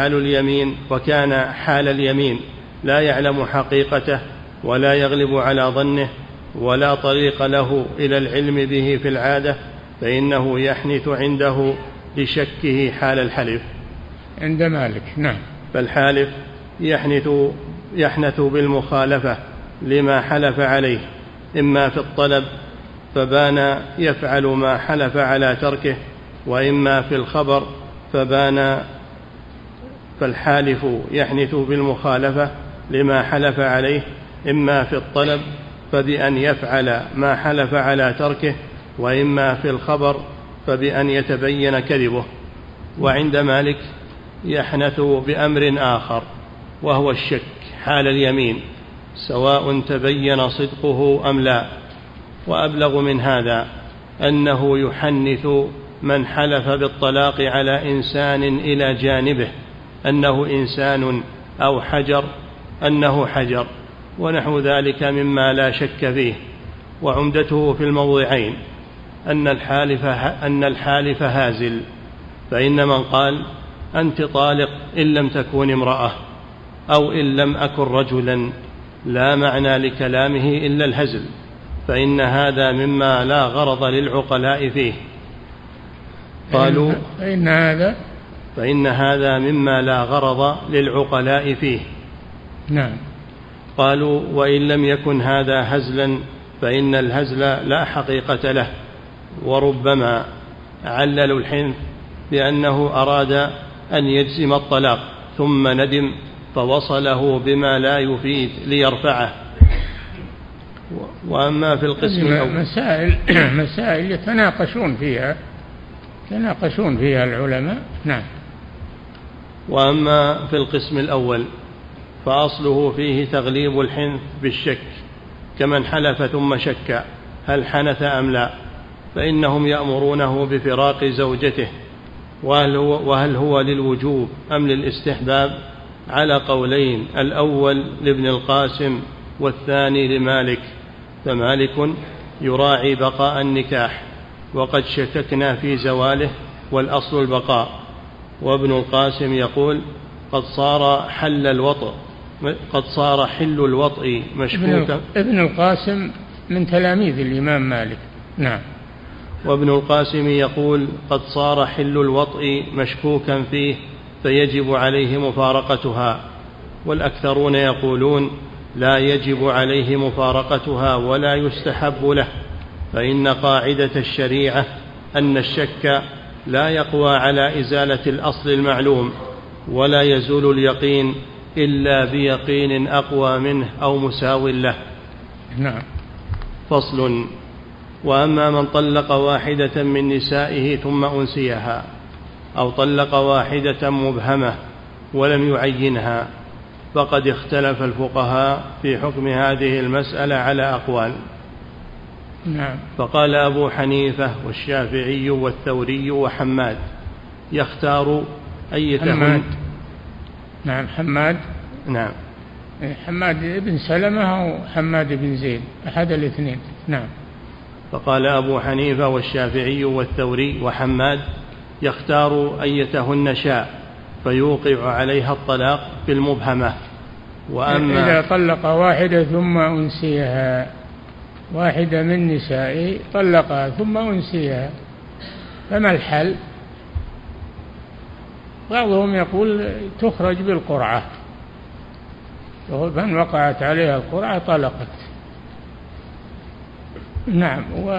حال اليمين لا يعلم حقيقته ولا يغلب على ظنه ولا طريق له إلى العلم به في العادة، فإنه يحنث عنده لشكه حال الحلف عند مالك. نعم. فالحالف يحنث بالمخالفة لما حلف عليه، إما في الطلب فبان يفعل ما حلف على تركه، وإما في الخبر فالحالف يحنث بالمخالفة لما حلف عليه، إما في الطلب فبأن يفعل ما حلف على تركه، وإما في الخبر فبأن يتبين كذبه. وعند مالك يحنث بأمر آخر، وهو الشك حال اليمين، سواء تبين صدقه أم لا. وأبلغ من هذا أنه يحنث من حلف بالطلاق على إنسان إلى جانبه أنه إنسان أو حجر أنه حجر، ونحو ذلك مما لا شك فيه. وعمدته في الموضعين أن الحالف هازل، فإن من قال أنت طالق إن لم تكن امرأة أو إن لم أكن رجلا لا معنى لكلامه إلا الهزل، فإن هذا مما لا غرض للعقلاء فيه. قالوا فإن هذا مما لا غرض للعقلاء فيه. نعم. قالوا وإن لم يكن هذا هزلا فإن الهزل لا حقيقة له. وربما عللوا الحنث بأنه أراد أن يجزم الطلاق ثم ندم فوصله بما لا يفيد ليرفعه. وأما في القسم الأول مسائل يتناقشون فيها العلماء. نعم. وأما في القسم الأول فأصله فيه تغليب الحنث بالشك، كمن حلف ثم شك هل حنث أم لا، فإنهم يأمرونه بفراق زوجته، وهل هو للوجوب أم للاستحباب، على قولين، الأول لابن القاسم والثاني لمالك. فمالك يراعي بقاء النكاح وقد شككنا في زواله والأصل البقاء، وابن القاسم يقول قد صار حل الوطء مشكوكا. ابن القاسم من تلاميذ الإمام مالك. نعم. وابن القاسم يقول قد صار حل الوطء مشكوكا فيه فيجب عليه مفارقتها، والأكثرون يقولون لا يجب عليه مفارقتها ولا يستحب له، فإن قاعدة الشريعة أن الشك لا يقوى على إزالة الأصل المعلوم، ولا يزول اليقين إلا بيقين أقوى منه أو مساو له. نعم. فصل. وأما من طلق واحدة من نسائه ثم أنسيها، أو طلق واحدة مبهمة ولم يعينها، فقد اختلف الفقهاء في حكم هذه المسألة على أقوال. نعم. فقال أبو حنيفة والشافعي والثوري وحماد يختار أيتهن. نعم. حماد. نعم. حماد بن سلمة أو حماد بن زيد، أحد الاثنين. نعم. فقال أبو حنيفة والشافعي والثوري وحماد يختار أيتهن شاء فيوقع عليها الطلاق بالمبهمة. وأما إذا طلق واحدة ثم أنسيها، واحدة من نسائه طلقها ثم أنسيها، فما الحل؟ بعضهم يقول تخرج بالقرعة، من وقعت عليها القرعة طلقت. نعم.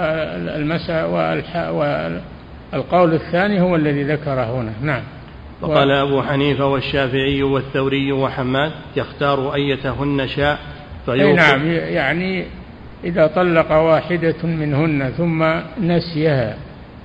والقول الثاني هو الذي ذكره هنا. نعم. وقال أبو حنيفة والشافعي والثوري وحماد يختار أيتهن شاء نعم، يعني إذا طلق واحدة منهن ثم نسيها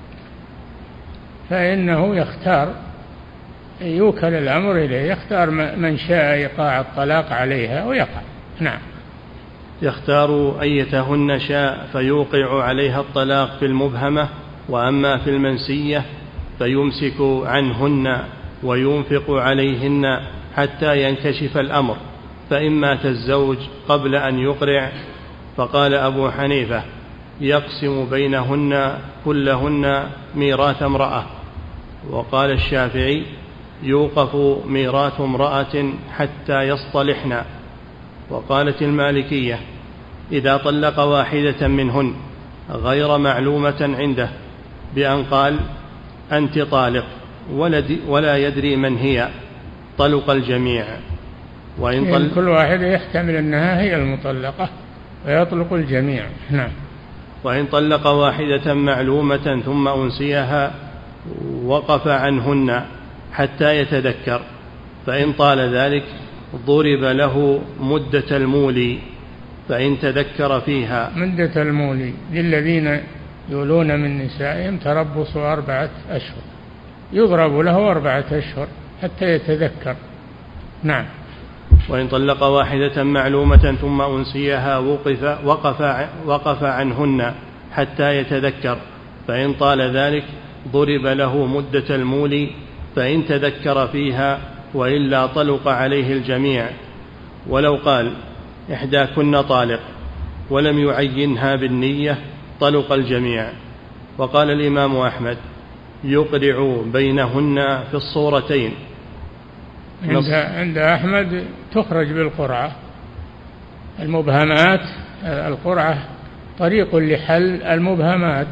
فإنه يختار، يوكل الأمر إليه، يختار من شاء إيقاع الطلاق عليها ويقع. نعم. يختار أيتهن شاء فيوقع عليها الطلاق في المبهمة، وأما في المنسية فيمسك عنهن وينفق عليهن حتى ينكشف الأمر، فإن مات الزوج قبل أن يقرع. فقال أبو حنيفة يقسم بينهن كلهن ميراث امرأة. وقال الشافعي يوقف ميراث امرأة حتى يصطلحن. وقالت المالكية إذا طلق واحدة منهن غير معلومة عنده بأن قال أنت طالق ولا يدري من هي، طلق الجميع. كل واحد يحتمل أنها هي المطلقة ويطلق الجميع. نعم. وإن طلق واحدة معلومة ثم أنسيها وقف عنهن حتى يتذكر، فإن طال ذلك ضرب له مدة المولي، فإن تذكر فيها. مدة المولي للذين يولون من نسائهم تربص 4 أشهر، يضرب له 4 أشهر حتى يتذكر. نعم. وإن طلق واحدة معلومة ثم أنسيها وقف عنهن حتى يتذكر، فإن طال ذلك ضرب له مدة المولي، فإن تذكر فيها وإلا طلق عليه الجميع. ولو قال إحداكن طالق ولم يعينها بالنية طلق الجميع. وقال الإمام أحمد يقرع بينهن في الصورتين. عند أحمد تخرج بالقرعة المبهمات، القرعة طريق لحل المبهمات.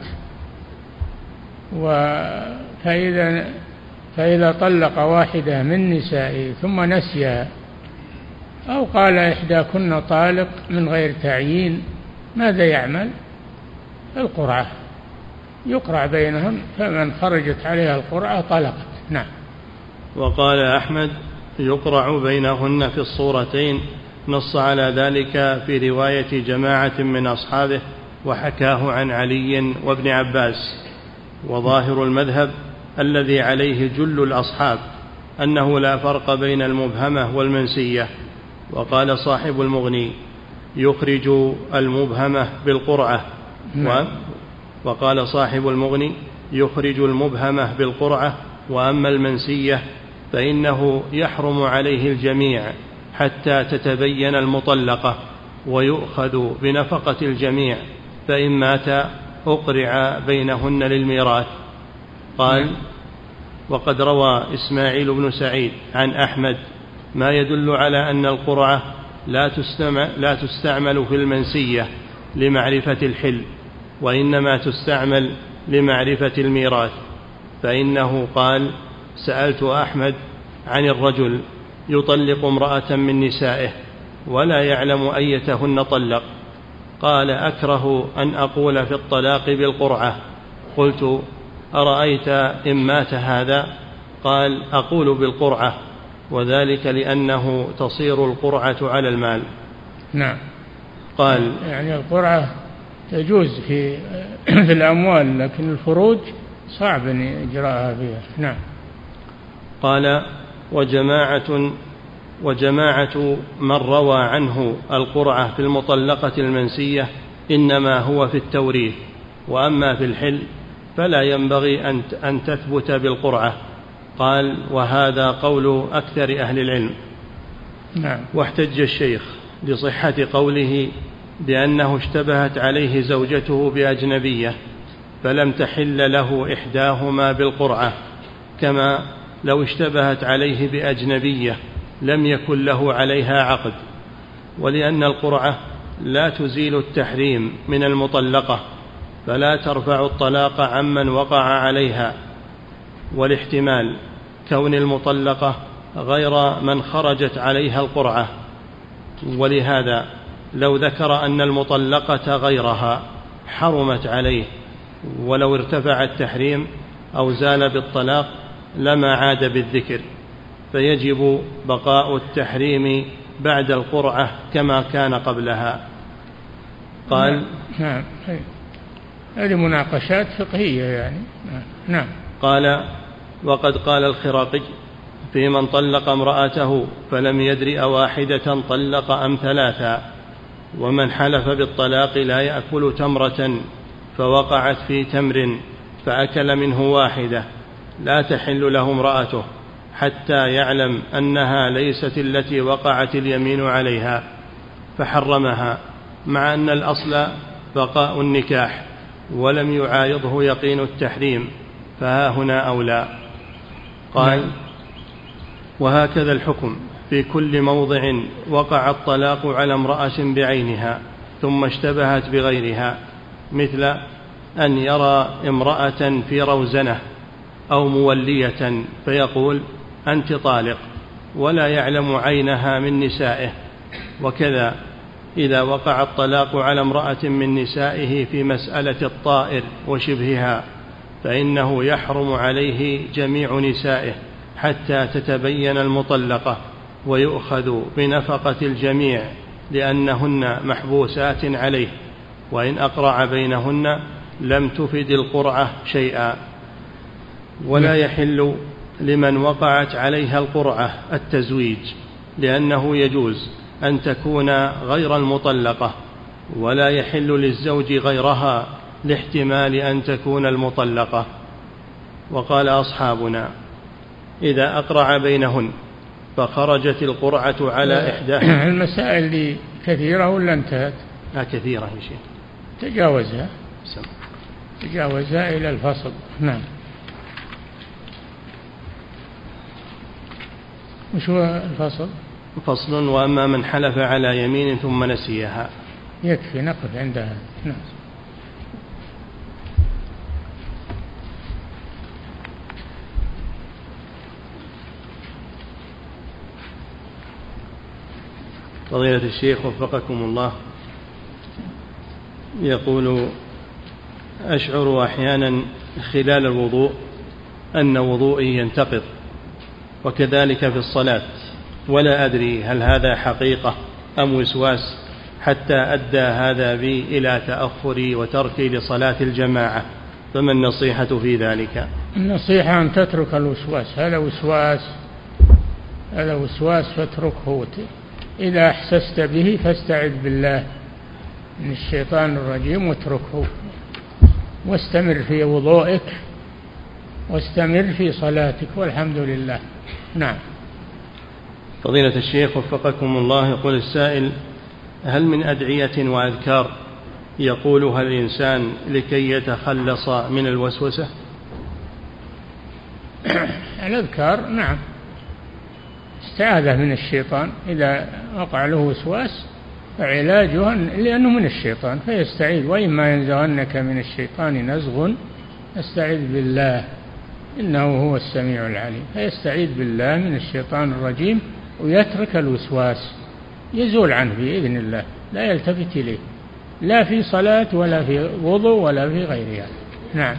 فإذا طلق واحدة من نسائه ثم نسيها أو قال إحداكن طالق من غير تعيين، ماذا يعمل؟ القرعة، يقرع بينهم، فمن خرجت عليها القرعة طلقت. نعم. وقال أحمد يقرع بينهن في الصورتين، نص على ذلك في رواية جماعة من أصحابه وحكاه عن علي وابن عباس. وظاهر المذهب الذي عليه جل الأصحاب أنه لا فرق بين المبهمة والمنسية. وقال صاحب المغني يخرج المبهمة بالقرعة. وقال صاحب المغني يخرج المبهمة بالقرعة، وأما المنسية فإنه يحرم عليه الجميع حتى تتبين المطلقة ويؤخذ بنفقة الجميع، فإن مات أقرع بينهن للميراث. قال وقد روى إسماعيل بن سعيد عن أحمد ما يدل على أن القرعة لا تستعمل في المنسية لمعرفة الحل، وإنما تستعمل لمعرفة الميراث. فإنه قال سألت أحمد عن الرجل يطلق امرأة من نسائه ولا يعلم أيتهن طلق، قال أكره أن أقول في الطلاق بالقرعة. قلت أرأيت إن مات هذا؟ قال أقول بالقرعة، وذلك لأنه تصير القرعة على المال. نعم. قال يعني القرعة تجوز في الأموال، لكن الفروج صعب أن إجراءها فيها. نعم. قال وجماعة من روى عنه القرعة في المطلقة المنسية إنما هو في التوريث، وأما في الحل فلا ينبغي أن تثبت بالقرعة. قال وهذا قول أكثر أهل العلم. نعم. واحتج الشيخ لصحة قوله بأنه اشتبهت عليه زوجته بأجنبية فلم تحل له إحداهما بالقرعة، كما لو اشتبهت عليه بأجنبية لم يكن له عليها عقد، ولأن القرعة لا تزيل التحريم من المطلقة فلا ترفع الطلاق عمن وقع عليها. والاحتمال كون المطلقة غير من خرجت عليها القرعة، ولهذا لو ذكر أن المطلقة غيرها حرمت عليه، ولو ارتفع التحريم أو زال بالطلاق لما عاد بالذكر، فيجب بقاء التحريم بعد القرعة كما كان قبلها. قال نعم، هذه مناقشات فقهية يعني. نعم. قال وقد قال الخراقي في من طلق امرأته فلم يدر أواحدة طلق أم ثلاثا، ومن حلف بالطلاق لا يأكل تمرة فوقعت في تمر فأكل منه واحدة لا تحل له امرأته حتى يعلم أنها ليست التي وقعت اليمين عليها فحرمها، مع أن الأصل بقاء النكاح ولم يعايضه يقين التحريم، فها هنا أولى. قال وهكذا الحكم في كل موضع وقع الطلاق على امرأة بعينها ثم اشتبهت بغيرها، مثل أن يرى امرأة في روزنة أو مولية فيقول أنت طالق ولا يعلم عينها من نسائه، وكذا إذا وقع الطلاق على امرأة من نسائه في مسألة الطائر وشبهها فإنه يحرم عليه جميع نسائه حتى تتبين المطلقة ويؤخذ بنفقة الجميع لأنهن محبوسات عليه، وإن أقرع بينهن لم تفد القرعة شيئا. ولا يحل لمن وقعت عليها القرعة التزويج، لأنه يجوز أن تكون غير المطلقة، ولا يحل للزوج غيرها لاحتمال أن تكون المطلقة. وقال أصحابنا إذا أقرع بينهن فخرجت القرعة على إحداهما. المسائل دي كثيرة ولا انتهت؟ كثيرة يا شيخ، تجاوزها إلى الفصل. نعم. وش هو الفصل؟ فصل وأما من حلف على يمين ثم نسيها. يكفي نقف عندها. نعم. فضيلة الشيخ وفقكم الله، يقول أشعر أحيانا خلال الوضوء أن وضوئي ينتقض، وكذلك في الصلاة، ولا أدري هل هذا حقيقة أم وسواس، حتى أدى هذا بي إلى تأخري وتركي لصلاة الجماعة، فما النصيحة في ذلك؟ النصيحة أن تترك الوسواس، هذا وسواس فاتركه. إذا أحسست به فاستعذ بالله من الشيطان الرجيم واتركه، واستمر في وضوئك واستمر في صلاتك والحمد لله. نعم. فضيلة الشيخ وفقكم الله، يقول السائل هل من أدعية وأذكار يقولها الإنسان لكي يتخلص من الوسوسة؟ الأذكار نعم، استعاذة من الشيطان إذا وقع له وسواس فعلاجها لأنه من الشيطان فيستعيذ، وإما ينزغنك من الشيطان نزغ استعذ بالله إنه هو السميع العليم، فيستعيذ بالله من الشيطان الرجيم ويترك الوسواس، يزول عنه بإذن الله، لا يلتفت إليه لا في صلاة ولا في وضوء ولا في غيرها. نعم.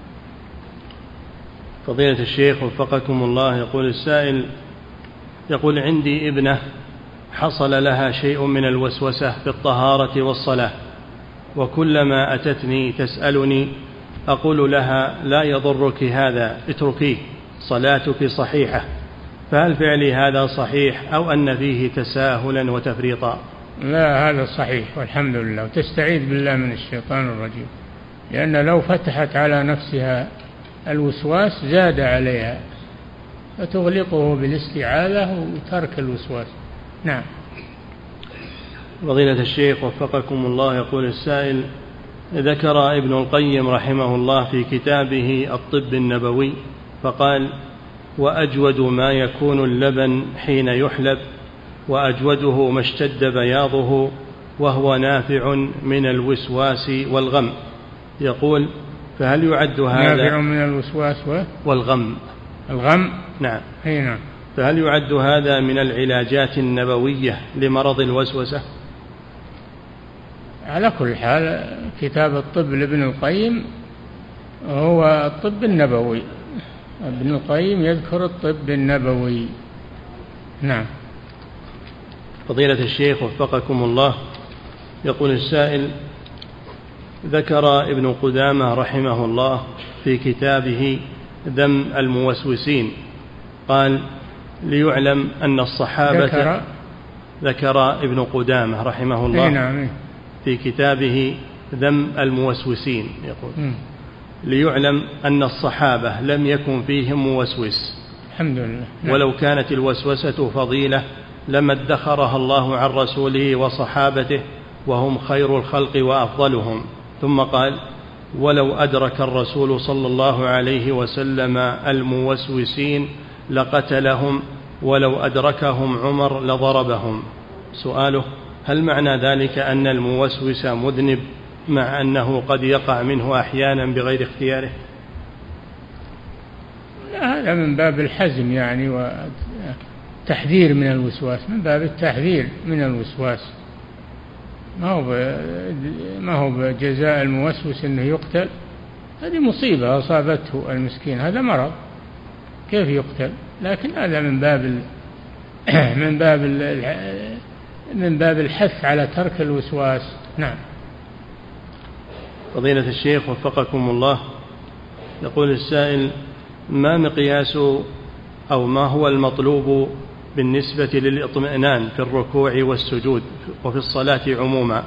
فضيلة الشيخ وفقكم الله، يقول السائل يقول عندي ابنة حصل لها شيء من الوسوسة في الطهارة والصلاة، وكلما أتتني تسألني أقول لها لا يضرك هذا اتركيه صلاتك صحيحة، فهل فعلي هذا صحيح أو أن فيه تساهلا وتفريطا؟ لا، هذا صحيح والحمد لله، وتستعيذ بالله من الشيطان الرجيم، لأن لو فتحت على نفسها الوسواس زاد عليها، فتغلقه بالاستعاذة وترك الوسواس. نعم. فضيلة الشيخ وفقكم الله، يقول السائل ذكر ابن القيم رحمه الله في كتابه الطب النبوي فقال وأجود ما يكون اللبن حين يحلب، وأجوده ما اشتد بياضه، وهو نافع من الوسواس والغم. يقول فهل يعد هذا نافع من الوسواس والغم؟ الغم. نعم. نعم. فهل يعد هذا من العلاجات النبوية لمرض الوسوسة؟ على كل حال كتاب الطب لابن القيم هو الطب النبوي، ابن القيم يذكر الطب النبوي. نعم. فضيلة الشيخ وفقكم الله، يقول السائل: ذكر ابن قدامة رحمه الله في كتابه ذم الموسوسين، قال: ليعلم أن الصحابة. ذكر ابن قدامة رحمه الله في كتابه ذم الموسوسين، يقول: ليعلم أن الصحابة لم يكن فيهم موسوس، الحمد لله. ولو كانت الوسوسة فضيلة لما ادخرها الله عن رسوله وصحابته وهم خير الخلق وأفضلهم. ثم قال: ولو أدرك الرسول صلى الله عليه وسلم الموسوسين لقتلهم، ولو أدركهم عمر لضربهم. سؤاله: هل معنى ذلك أن الموسوس مذنب مع أنه قد يقع منه أحيانا بغير اختياره؟ لا، هذا من باب الحزم يعني والتحذير من الوسواس، من باب التحذير من الوسواس، ما هو بجزاء الموسوس أنه يقتل. هذه مصيبة أصابته المسكين، هذا مرض كيف يقتل؟ لكن هذا من باب الحث على ترك الوسواس. نعم. فضيلة الشيخ وفقكم الله، يقول السائل: ما مقياس أو ما هو المطلوب بالنسبة للإطمئنان في الركوع والسجود وفي الصلاة عموما؟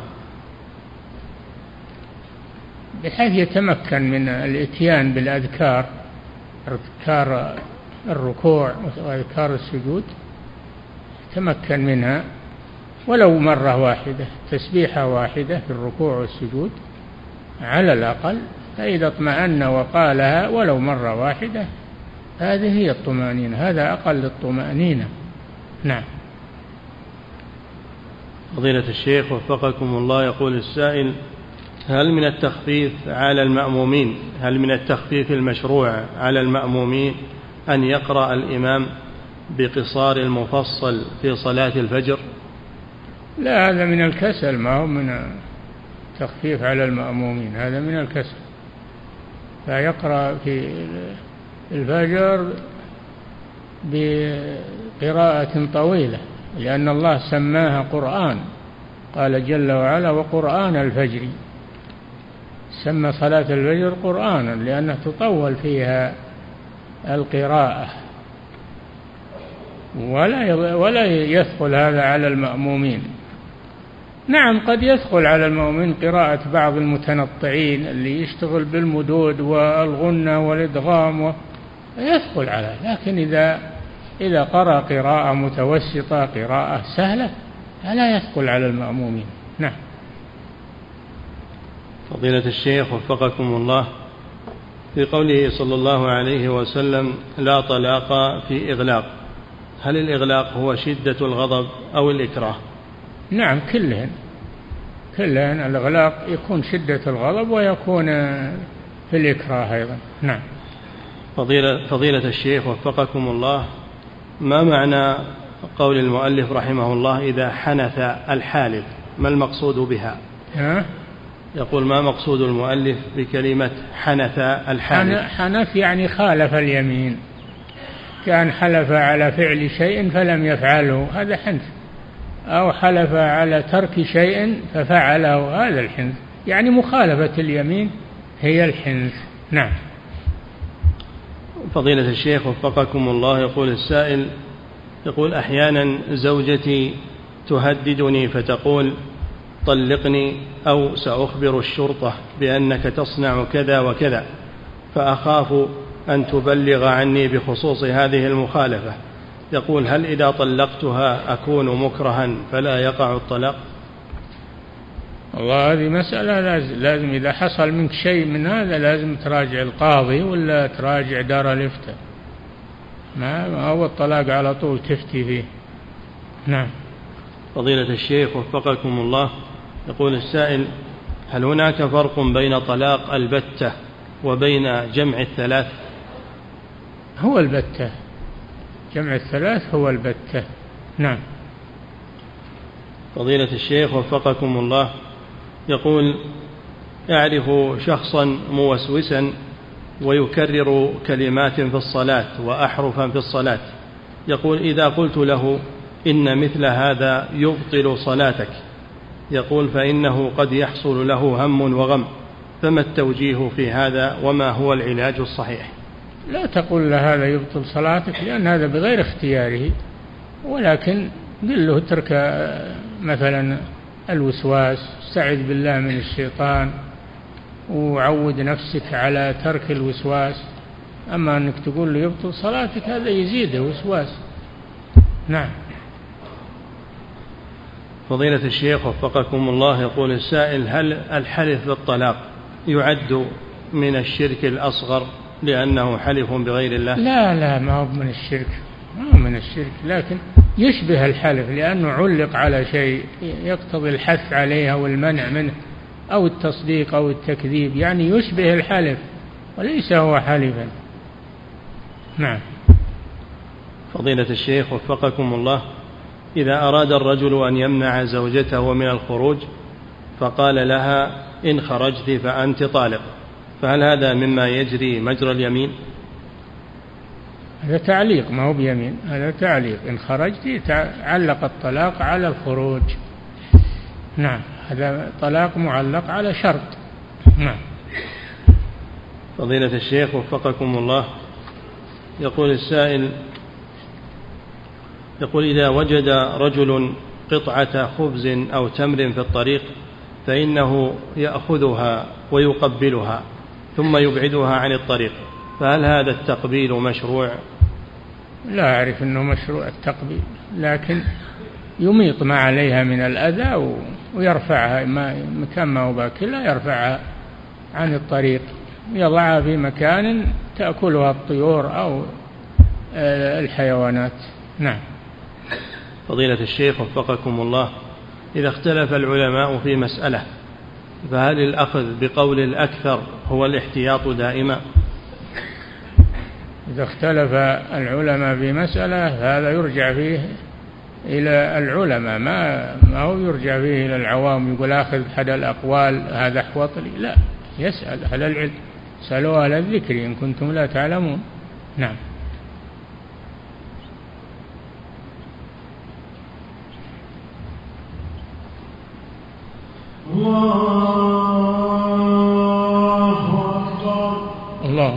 بحيث يتمكن من الإتيان بالأذكار، أذكار الركوع وأذكار السجود، تمكن منها ولو مرة واحدة، تسبيحة واحدة في الركوع والسجود على الأقل، فإذا اطمأن وقالها ولو مرة واحدة هذه هي الطمأنينة، هذا أقل الطمأنينة. نعم. فضيلة الشيخ وفقكم الله، يقول السائل: هل من التخفيف على المأمومين، هل من التخفيف المشروع على المأمومين أن يقرأ الإمام بقصار المفصل في صلاة الفجر؟ لا، هذا من الكسل، ما هو من تخفيف على المأمومين، هذا من الكسل. فيقرأ في الفجر بقراءة طويلة، لأن الله سماها قرآن، قال جل وعلا: وقرآن الفجر. سمى صلاة الفجر قرآنا لأنه تطول فيها القراءة، ولا يثقل هذا على المأمومين. نعم، قد يثقل على المؤمن قراءة بعض المتنطعين اللي يشتغل بالمدود والغنة والإدغام يثقل عليه، لكن إذا قرأ قراءة متوسطة، قراءة سهلة، فلا يثقل على المأمومين. نعم. فضيلة الشيخ وفقكم الله، في قوله صلى الله عليه وسلم: لا طلاق في إغلاق، هل الإغلاق هو شدة الغضب أو الإكراه؟ نعم، كلهن الإغلاق يكون شدة الغضب ويكون في الإكراه أيضا. نعم. فضيلة الشيخ وفقكم الله، ما معنى قول المؤلف رحمه الله: إذا حنث الحالف، ما المقصود بها؟ يقول: ما مقصود المؤلف بكلمة حنث الحالف؟ حنث يعني خالف اليمين، كان حلف على فعل شيء فلم يفعله، هذا حنث، أو حلف على ترك شيء ففعله، هذا الحنث، يعني مخالفة اليمين هي الحنث. نعم. فضيلة الشيخ وفقكم الله، يقول السائل: يقول: أحيانا زوجتي تهددني فتقول: طلقني أو سأخبر الشرطة بأنك تصنع كذا وكذا، فأخاف أن تبلغ عني بخصوص هذه المخالفة. يقول: هل إذا طلقتها أكون مكرها فلا يقع الطلاق؟ والله هذه مسألة لازم إذا حصل منك شيء من هذا لازم تراجع القاضي ولا تراجع دار الإفتاء، ما هو الطلاق على طول تفتي فيه. نعم. فضيلة الشيخ وفقكم الله، يقول السائل: هل هناك فرق بين طلاق البتة وبين جمع الثلاث؟ هو البتة، جمع الثلاث هو البتة. نعم. فضيلة الشيخ وفقكم الله، يقول: أعرف شخصا موسوسا ويكرر كلمات في الصلاة وأحرفا في الصلاة، يقول: إذا قلت له إن مثل هذا يبطل صلاتك، يقول: فإنه قد يحصل له هم وغم، فما التوجيه في هذا وما هو العلاج الصحيح؟ لا تقول له هذا يبطل صلاتك، لأن هذا بغير اختياره، ولكن قل له ترك مثلا الوسواس، استعذ بالله من الشيطان، وعود نفسك على ترك الوسواس. أما أنك تقول له يبطل صلاتك هذا يزيده وسواس. نعم. فضيلة الشيخ وفقكم الله، يقول السائل: هل الحلف بالطلاق يعد من الشرك الأصغر لأنه حلف بغير الله؟ لا ما هو من الشرك، ما هو من الشرك، لكن يشبه الحلف لأنه علق على شيء يقتضي الحث عليه أو المنع منه أو التصديق أو التكذيب، يعني يشبه الحلف وليس هو حلفا. نعم. فضيلة الشيخ وفقكم الله، إذا أراد الرجل أن يمنع زوجته من الخروج فقال لها: إن خرجت فأنت طالق، فهل هذا مما يجري مجرى اليمين؟ هذا تعليق، ما هو بيمين، هذا تعليق. إن خرجت علق الطلاق على الخروج. نعم، هذا طلاق معلق على شرط. نعم. فضيلة الشيخ وفقكم الله، يقول السائل: يقول: إذا وجد رجل قطعة خبز أو تمر في الطريق فإنه يأخذها ويقبلها ثم يبعدها عن الطريق، فهل هذا التقبيل مشروع؟ لا أعرف أنه مشروع التقبيل، لكن يميط ما عليها من الأذى ويرفعها مكان ما هو باكلها، يرفعها عن الطريق، يضعها في مكان تأكلها الطيور أو الحيوانات. نعم. فضيلة الشيخ وفقكم الله، إذا اختلف العلماء في مسألة فهل الأخذ بقول الأكثر هو الاحتياط دائما؟ إذا اختلف العلماء في مسألة هذا يرجع فيه إلى العلماء، ما هو يرجع فيه إلى العوام، يقول أخذ أحد الأقوال هذا أحوط لي. لا، يسأل أهل العلم، سألوا أهل الذكر إن كنتم لا تعلمون. نعم. الله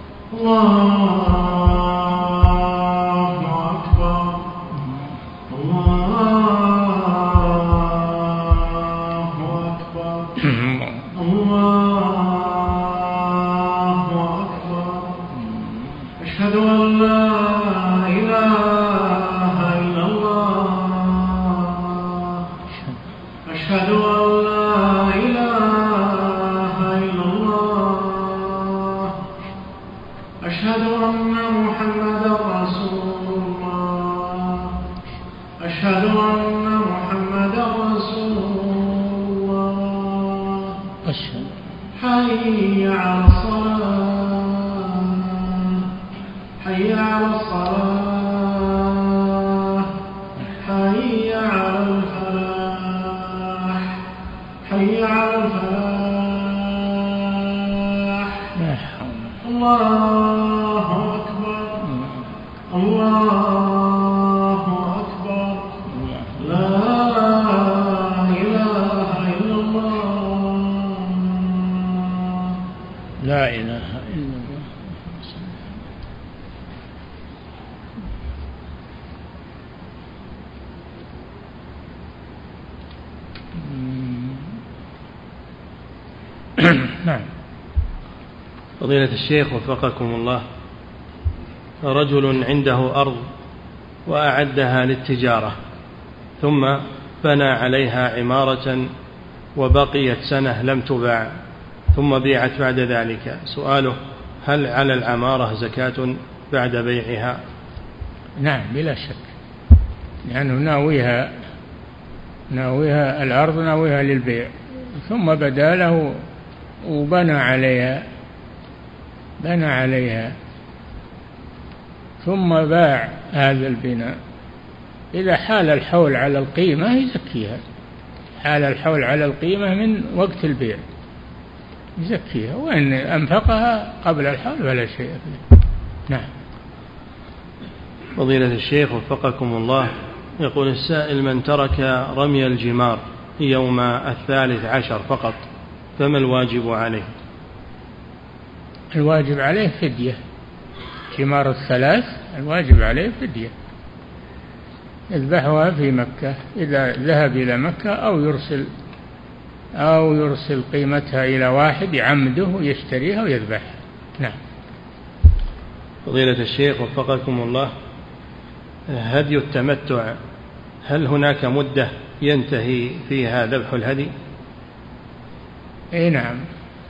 أكبر. أشهد أن لا إله إلا الله. أشهد أن لا إله إلا الله. أشهد أن محمدا رسول الله. أشهد أن محمدا رسول الله. حي على الصلاة. حي على الصلاة. حي على الفلاح. حي على الفلاح. الله أكبر. الله أكبر. لا إله إلا الله. لا إله إلا الله. نعم. فضيلة الشيخ وفقكم الله، رجل عنده أرض وأعدها للتجارة ثم بنى عليها عمارة وبقيت سنة لم تباع ثم بيعت بعد ذلك، سؤاله: هل على العمارة زكاة بعد بيعها؟ نعم بلا شك، لأنه ناويها الأرض ناويها للبيع ثم بدا له وبنى عليها ثم باع هذا البناء، إذا حال الحول على القيمة يزكيها، حال الحول على القيمة من وقت البيع يزكيها، وإن أنفقها قبل الحول فلا شيء فيه. نعم. فضيلة الشيخ وفقكم الله، يقول السائل: من ترك رمي الجمار يوم 13 فقط فما الواجب عليه؟ الواجب عليه فدية، جمار 3 الواجب عليه فدية، يذبحها في مكة إذا ذهب إلى مكة، أو يرسل قيمتها إلى واحد يعمده يشتريها ويذبحها. نعم. فضيلة الشيخ وفقكم الله، هدي التمتع هل هناك مدة ينتهي فيها ذبح الهدي؟ اي نعم،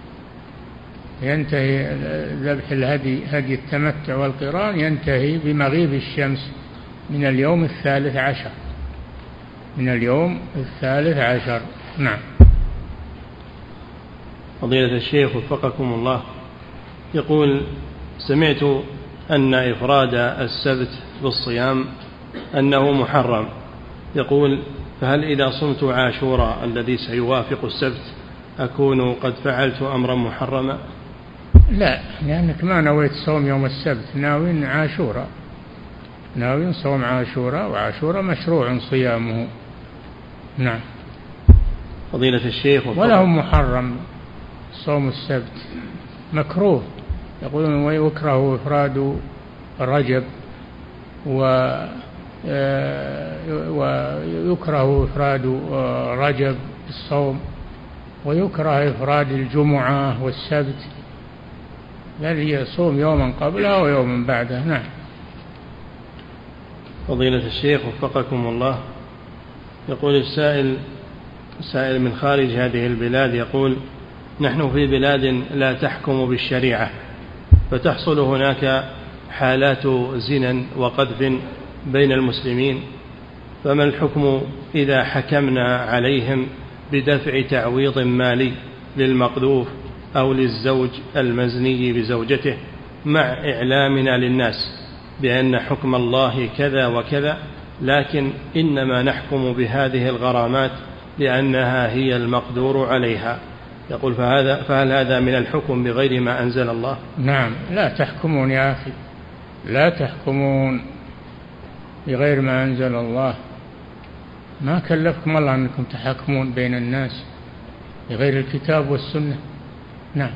ينتهي ذبح الهدي، هدي التمتع والقران ينتهي بمغيب الشمس من اليوم 13، من اليوم 13. نعم. فضيلة الشيخ وفقكم الله، يقول: سمعت أن إفراد السبت بالصيام أنه محرم، يقول: فهل إذا صمت عاشوراء الذي سيوافق السبت أكون قد فعلت أمرا محرما؟ لا، لأنك ما نويت صوم يوم السبت، ناوين عاشوراء، ناوين صوم عاشوراء، وعاشوراء مشروع صيامه. نعم. فضيلة الشيخ ولهم محرم صوم السبت، مكروه، يقولون ويكره إفراد رجب، ويكره إفراد رجب بالصوم، ويكره إفراد الجمعة والسبت، بل يصوم يوما قبلها ويوما بعدها. نعم. فضيلة الشيخ وفقكم الله، يقول السائل من خارج هذه البلاد، يقول: نحن في بلاد لا تحكم بالشريعة، فتحصل هناك حالات زنا وقذف بين المسلمين، فما الحكم إذا حكمنا عليهم بدفع تعويض مالي للمقذوف أو للزوج المزني بزوجته، مع إعلامنا للناس بأن حكم الله كذا وكذا، لكن إنما نحكم بهذه الغرامات لأنها هي المقدور عليها؟ يقول: فهل هذا من الحكم بغير ما أنزل الله؟ نعم، لا تحكمون يا أخي، لا تحكمون بغير ما أنزل الله، ما كلفكم الله أنكم تحكمون بين الناس بغير الكتاب والسنة. نعم.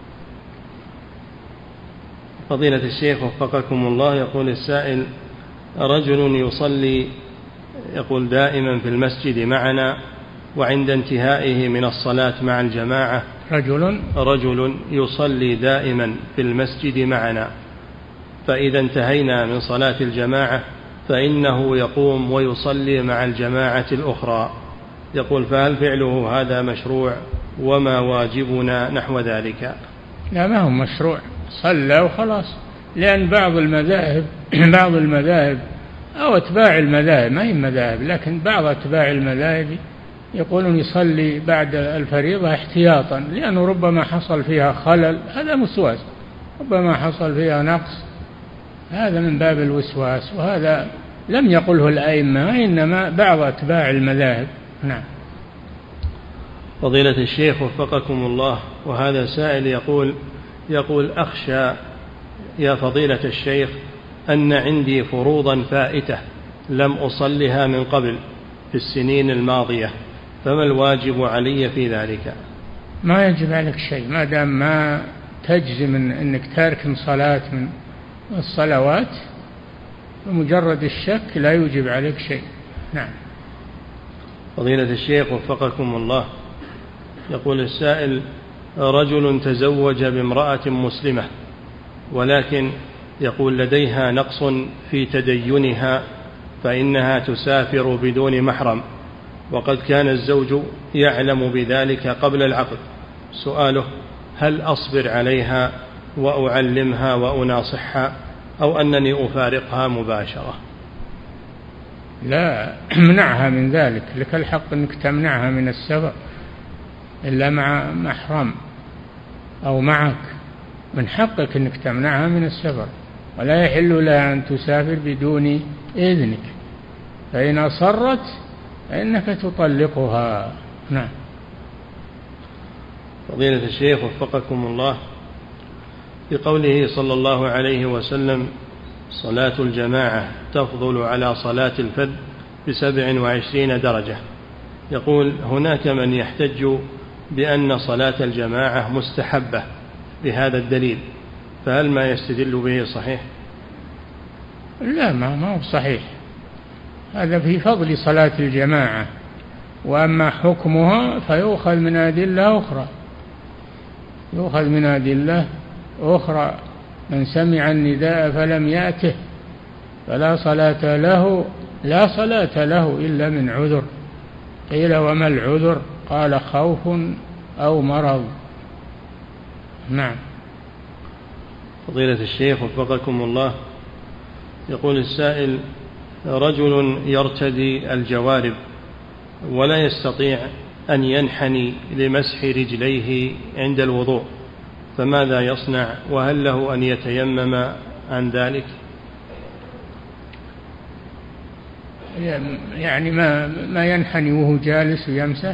فضيلة الشيخ وفقكم الله، يقول السائل: رجل يصلي، يقول، دائما في المسجد معنا، وعند انتهائه من الصلاة مع الجماعة، رجل يصلي دائما في المسجد معنا، فإذا انتهينا من صلاة الجماعة فإنه يقوم ويصلي مع الجماعة الأخرى، يقول: فهل فعله هذا مشروع، وما واجبنا نحو ذلك؟ لا، ما هو مشروع، صلى وخلاص، لأن بعض المذاهب أو أتباع المذاهب، ما هي مذاهب، لكن بعض أتباع المذاهب يقولون يصلي بعد الفريضة احتياطا، لأنه ربما حصل فيها خلل، هذا وسواس، ربما حصل فيها نقص، هذا من باب الوسواس، وهذا لم يقله الأئمة، إنما بعض أتباع المذاهب. نعم. فضيلة الشيخ وفقكم الله، وهذا سائل يقول: أخشى يا فضيلة الشيخ أن عندي فروضا فائتة لم أصلها من قبل في السنين الماضية، فما الواجب علي في ذلك؟ ما يجب عليك شيء، ما دام ما تجزم أنك تارك صلاة من الصلوات، بمجرد الشك لا يوجب عليك شيء. نعم. فضيلة الشيخ وفقكم الله، يقول السائل: رجل تزوج بامرأة مسلمة، ولكن يقول لديها نقص في تدينها، فإنها تسافر بدون محرم، وقد كان الزوج يعلم بذلك قبل العقد. سؤاله: هل أصبر عليها وأعلمها وأناصحها، أو أنني أفارقها مباشرة؟ لا، امنعها من ذلك، لك الحق أنك تمنعها من السفر إلا مع محرم أو معك، من حقك أنك تمنعها من السفر، ولا يحل لها أن تسافر بدون إذنك، فإن أصرت فإنك تطلقها. نعم. فضيلة الشيخ وفقكم الله، بقوله صلى الله عليه وسلم: صلاة الجماعة تفضل على صلاة الفذ ب27 درجة، يقول: هناك من يحتج بأن صلاة الجماعة مستحبة بهذا الدليل، فهل ما يستدل به صحيح؟ لا، ما هو صحيح. هذا في فضل صلاة الجماعة، وأما حكمها فيؤخذ من أدلة أخرى، يؤخذ من أدلة أخرى. من سمع النداء فلم يأته فلا صلاة له، لا صلاة له إلا من عذر. قيل: وما العذر؟ قال: خوف أو مرض. نعم. فضيلة الشيخ وفقكم الله، يقول السائل: رجل يرتدي الجوارب ولا يستطيع أن ينحني لمسح رجليه عند الوضوء، فماذا يصنع؟ وهل له أن يتيمم عن ذلك؟ يعني ما ينحني وهو جالس ويمسح؟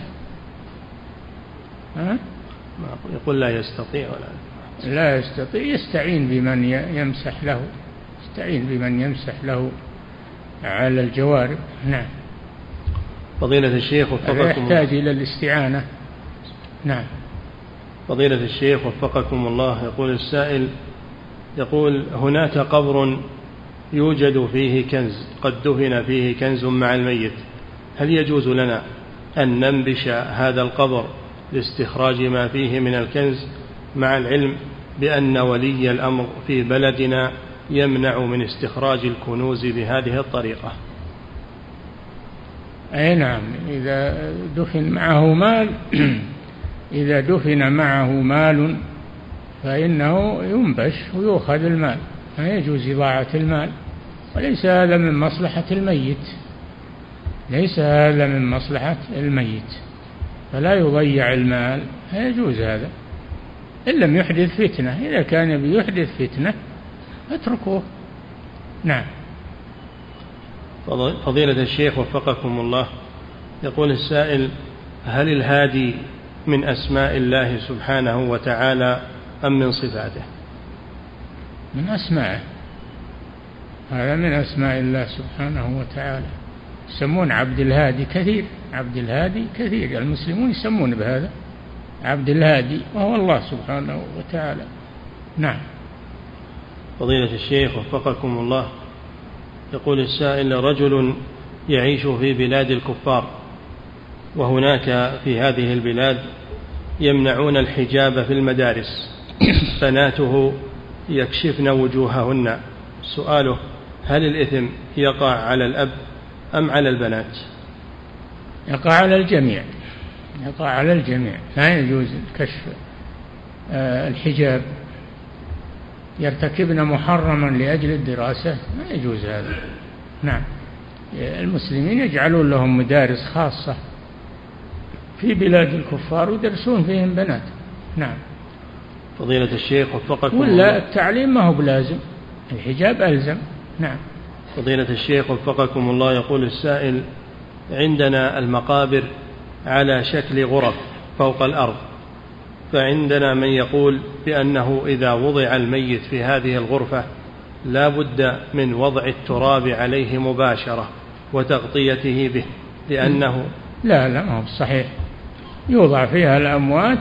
يقول لا يستطيع لا يستطيع، يستعين بمن يمسح له، يستعين بمن يمسح له على الجوارب. نعم. فضيلة الشيخ وفقكم، يحتاج إلى الاستعانة. نعم. فضيلة الشيخ وفقكم الله، يقول السائل: يقول هناك قبر يوجد فيه كنز، قد دفن فيه كنز مع الميت، هل يجوز لنا أن ننبش هذا القبر لاستخراج ما فيه من الكنز، مع العلم بأن ولي الأمر في بلدنا يمنع من استخراج الكنوز بهذه الطريقة؟ أي نعم. إذا دفن معه مال إذا دفن معه مال فإنه ينبش ويؤخذ المال، ما يجوز إضاعة المال، وليس هذا من مصلحة الميت، ليس هذا من مصلحة الميت، فلا يضيع المال، يجوز هذا إن لم يحدث فتنة. إذا كان بيحدث فتنة اتركوه. نعم. فضيلة الشيخ وفقكم الله، يقول السائل: هل الهادي من أسماء الله سبحانه وتعالى أم من صفاته؟ من أسمائه، هذا من أسماء الله سبحانه وتعالى. يسمون عبد الهادي كثير، عبد الهادي كثير، المسلمون يسمون بهذا عبد الهادي، وهو الله سبحانه وتعالى. نعم. فضيلة الشيخ وفقكم الله، يقول السائل: رجل يعيش في بلاد الكفار، وهناك في هذه البلاد يمنعون الحجاب في المدارس، بناته يكشفن وجوههن، سؤاله: هل الإثم يقع على الأب أم على البنات؟ يقع على الجميع، يقع على الجميع، لا يجوز كشف الحجاب. يرتكبن محرما لأجل الدراسة، ما يجوز هذا. نعم. المسلمين يجعلون لهم مدارس خاصة في بلاد الكفار ويدرسون فيهم بنات. نعم. فضيلة الشيخ وفقكم ولا الله، التعليم ما هو بلازم، الحجاب ألزم. نعم. فضيلة الشيخ وفقكم الله، يقول السائل: عندنا المقابر على شكل غرف فوق الأرض، فعندنا من يقول بأنه إذا وضع الميت في هذه الغرفة لا بد من وضع التراب عليه مباشرة وتغطيته به، لأنه لا ما هو صحيح. يوضع فيها الأموات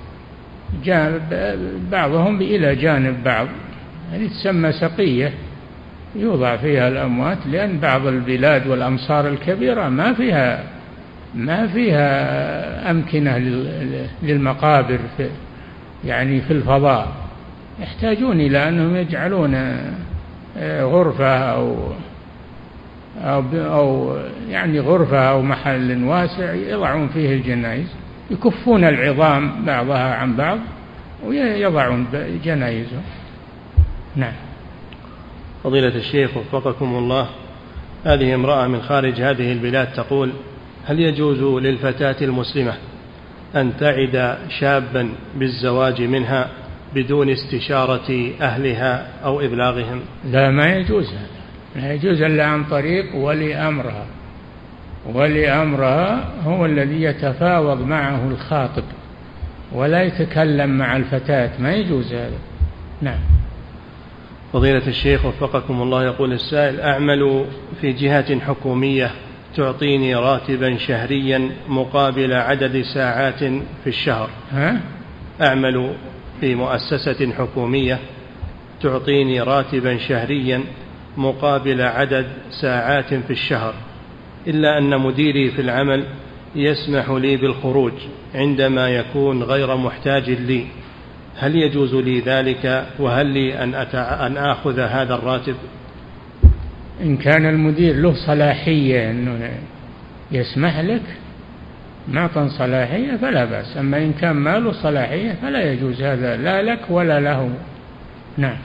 بعضهم إلى جانب بعض، يعني تسمى سقية، يوضع فيها الأموات، لأن بعض البلاد والأمصار الكبيرة ما فيها أمكنة للمقابر يعني في الفضاء، يحتاجون إلى أنهم يجعلون غرفة أو يعني غرفة أو محل واسع يضعون فيه الجنائز، يكفون العظام بعضها عن بعض ويضعون جنائزهم. نعم. فضيلة الشيخ وفقكم الله، هذه امرأة من خارج هذه البلاد تقول: هل يجوز للفتاة المسلمة أن تعد شابا بالزواج منها بدون استشارة أهلها أو إبلاغهم؟ لا، ما يجوز هذا، لا يجوز إلا عن طريق ولي أمرها. ولي أمرها هو الذي يتفاوض معه الخاطب ولا يتكلم مع الفتاة، ما يجوز هذا. نعم. فضيلة الشيخ وفقكم الله، يقول السائل: أعمل في جهة حكومية تعطيني راتبا شهريا مقابل عدد ساعات في الشهر. أعمل في مؤسسة حكومية تعطيني راتبا شهريا مقابل عدد ساعات في الشهر، إلا أن مديري في العمل يسمح لي بالخروج عندما يكون غير محتاج لي، هل يجوز لي ذلك؟ وهل لي أن آخذ هذا الراتب؟ إن كان المدير له صلاحية أنه يسمح لك معطى صلاحية فلا بأس، أما إن كان ما له صلاحية فلا يجوز هذا، لا لك ولا له. نعم.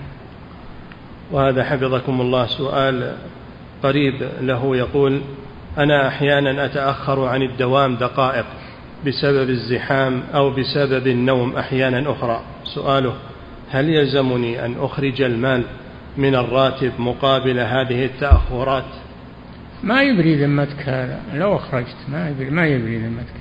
وهذا حفظكم الله سؤال قريب له، يقول: أنا أحيانا أتأخر عن الدوام دقائق بسبب الزحام أو بسبب النوم أحيانا أخرى. سؤاله: هل يلزمني أن أخرج المال من الراتب مقابل هذه التأخرات؟ ما يبري ذمتك هذا، لو أخرجت ما يبري ذمتك.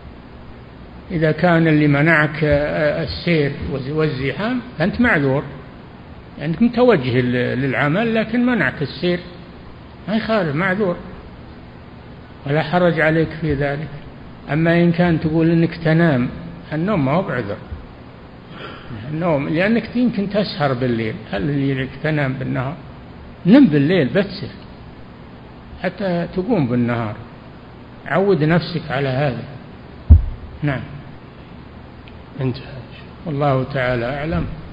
إذا كان اللي منعك السير والزحام فأنت معذور، أنت متوجه للعمل لكن منعك السير، ما يخالف، معذور ولا حرج عليك في ذلك. أما إن كان تقول إنك تنام، النوم ما هو بعذر، النوم لأنك يمكن تسهر بالليل، هل اللي تنام بالنهار؟ نم بالليل بتسر حتى تقوم بالنهار، عود نفسك على هذا. نعم. انتهى. والله تعالى أعلم.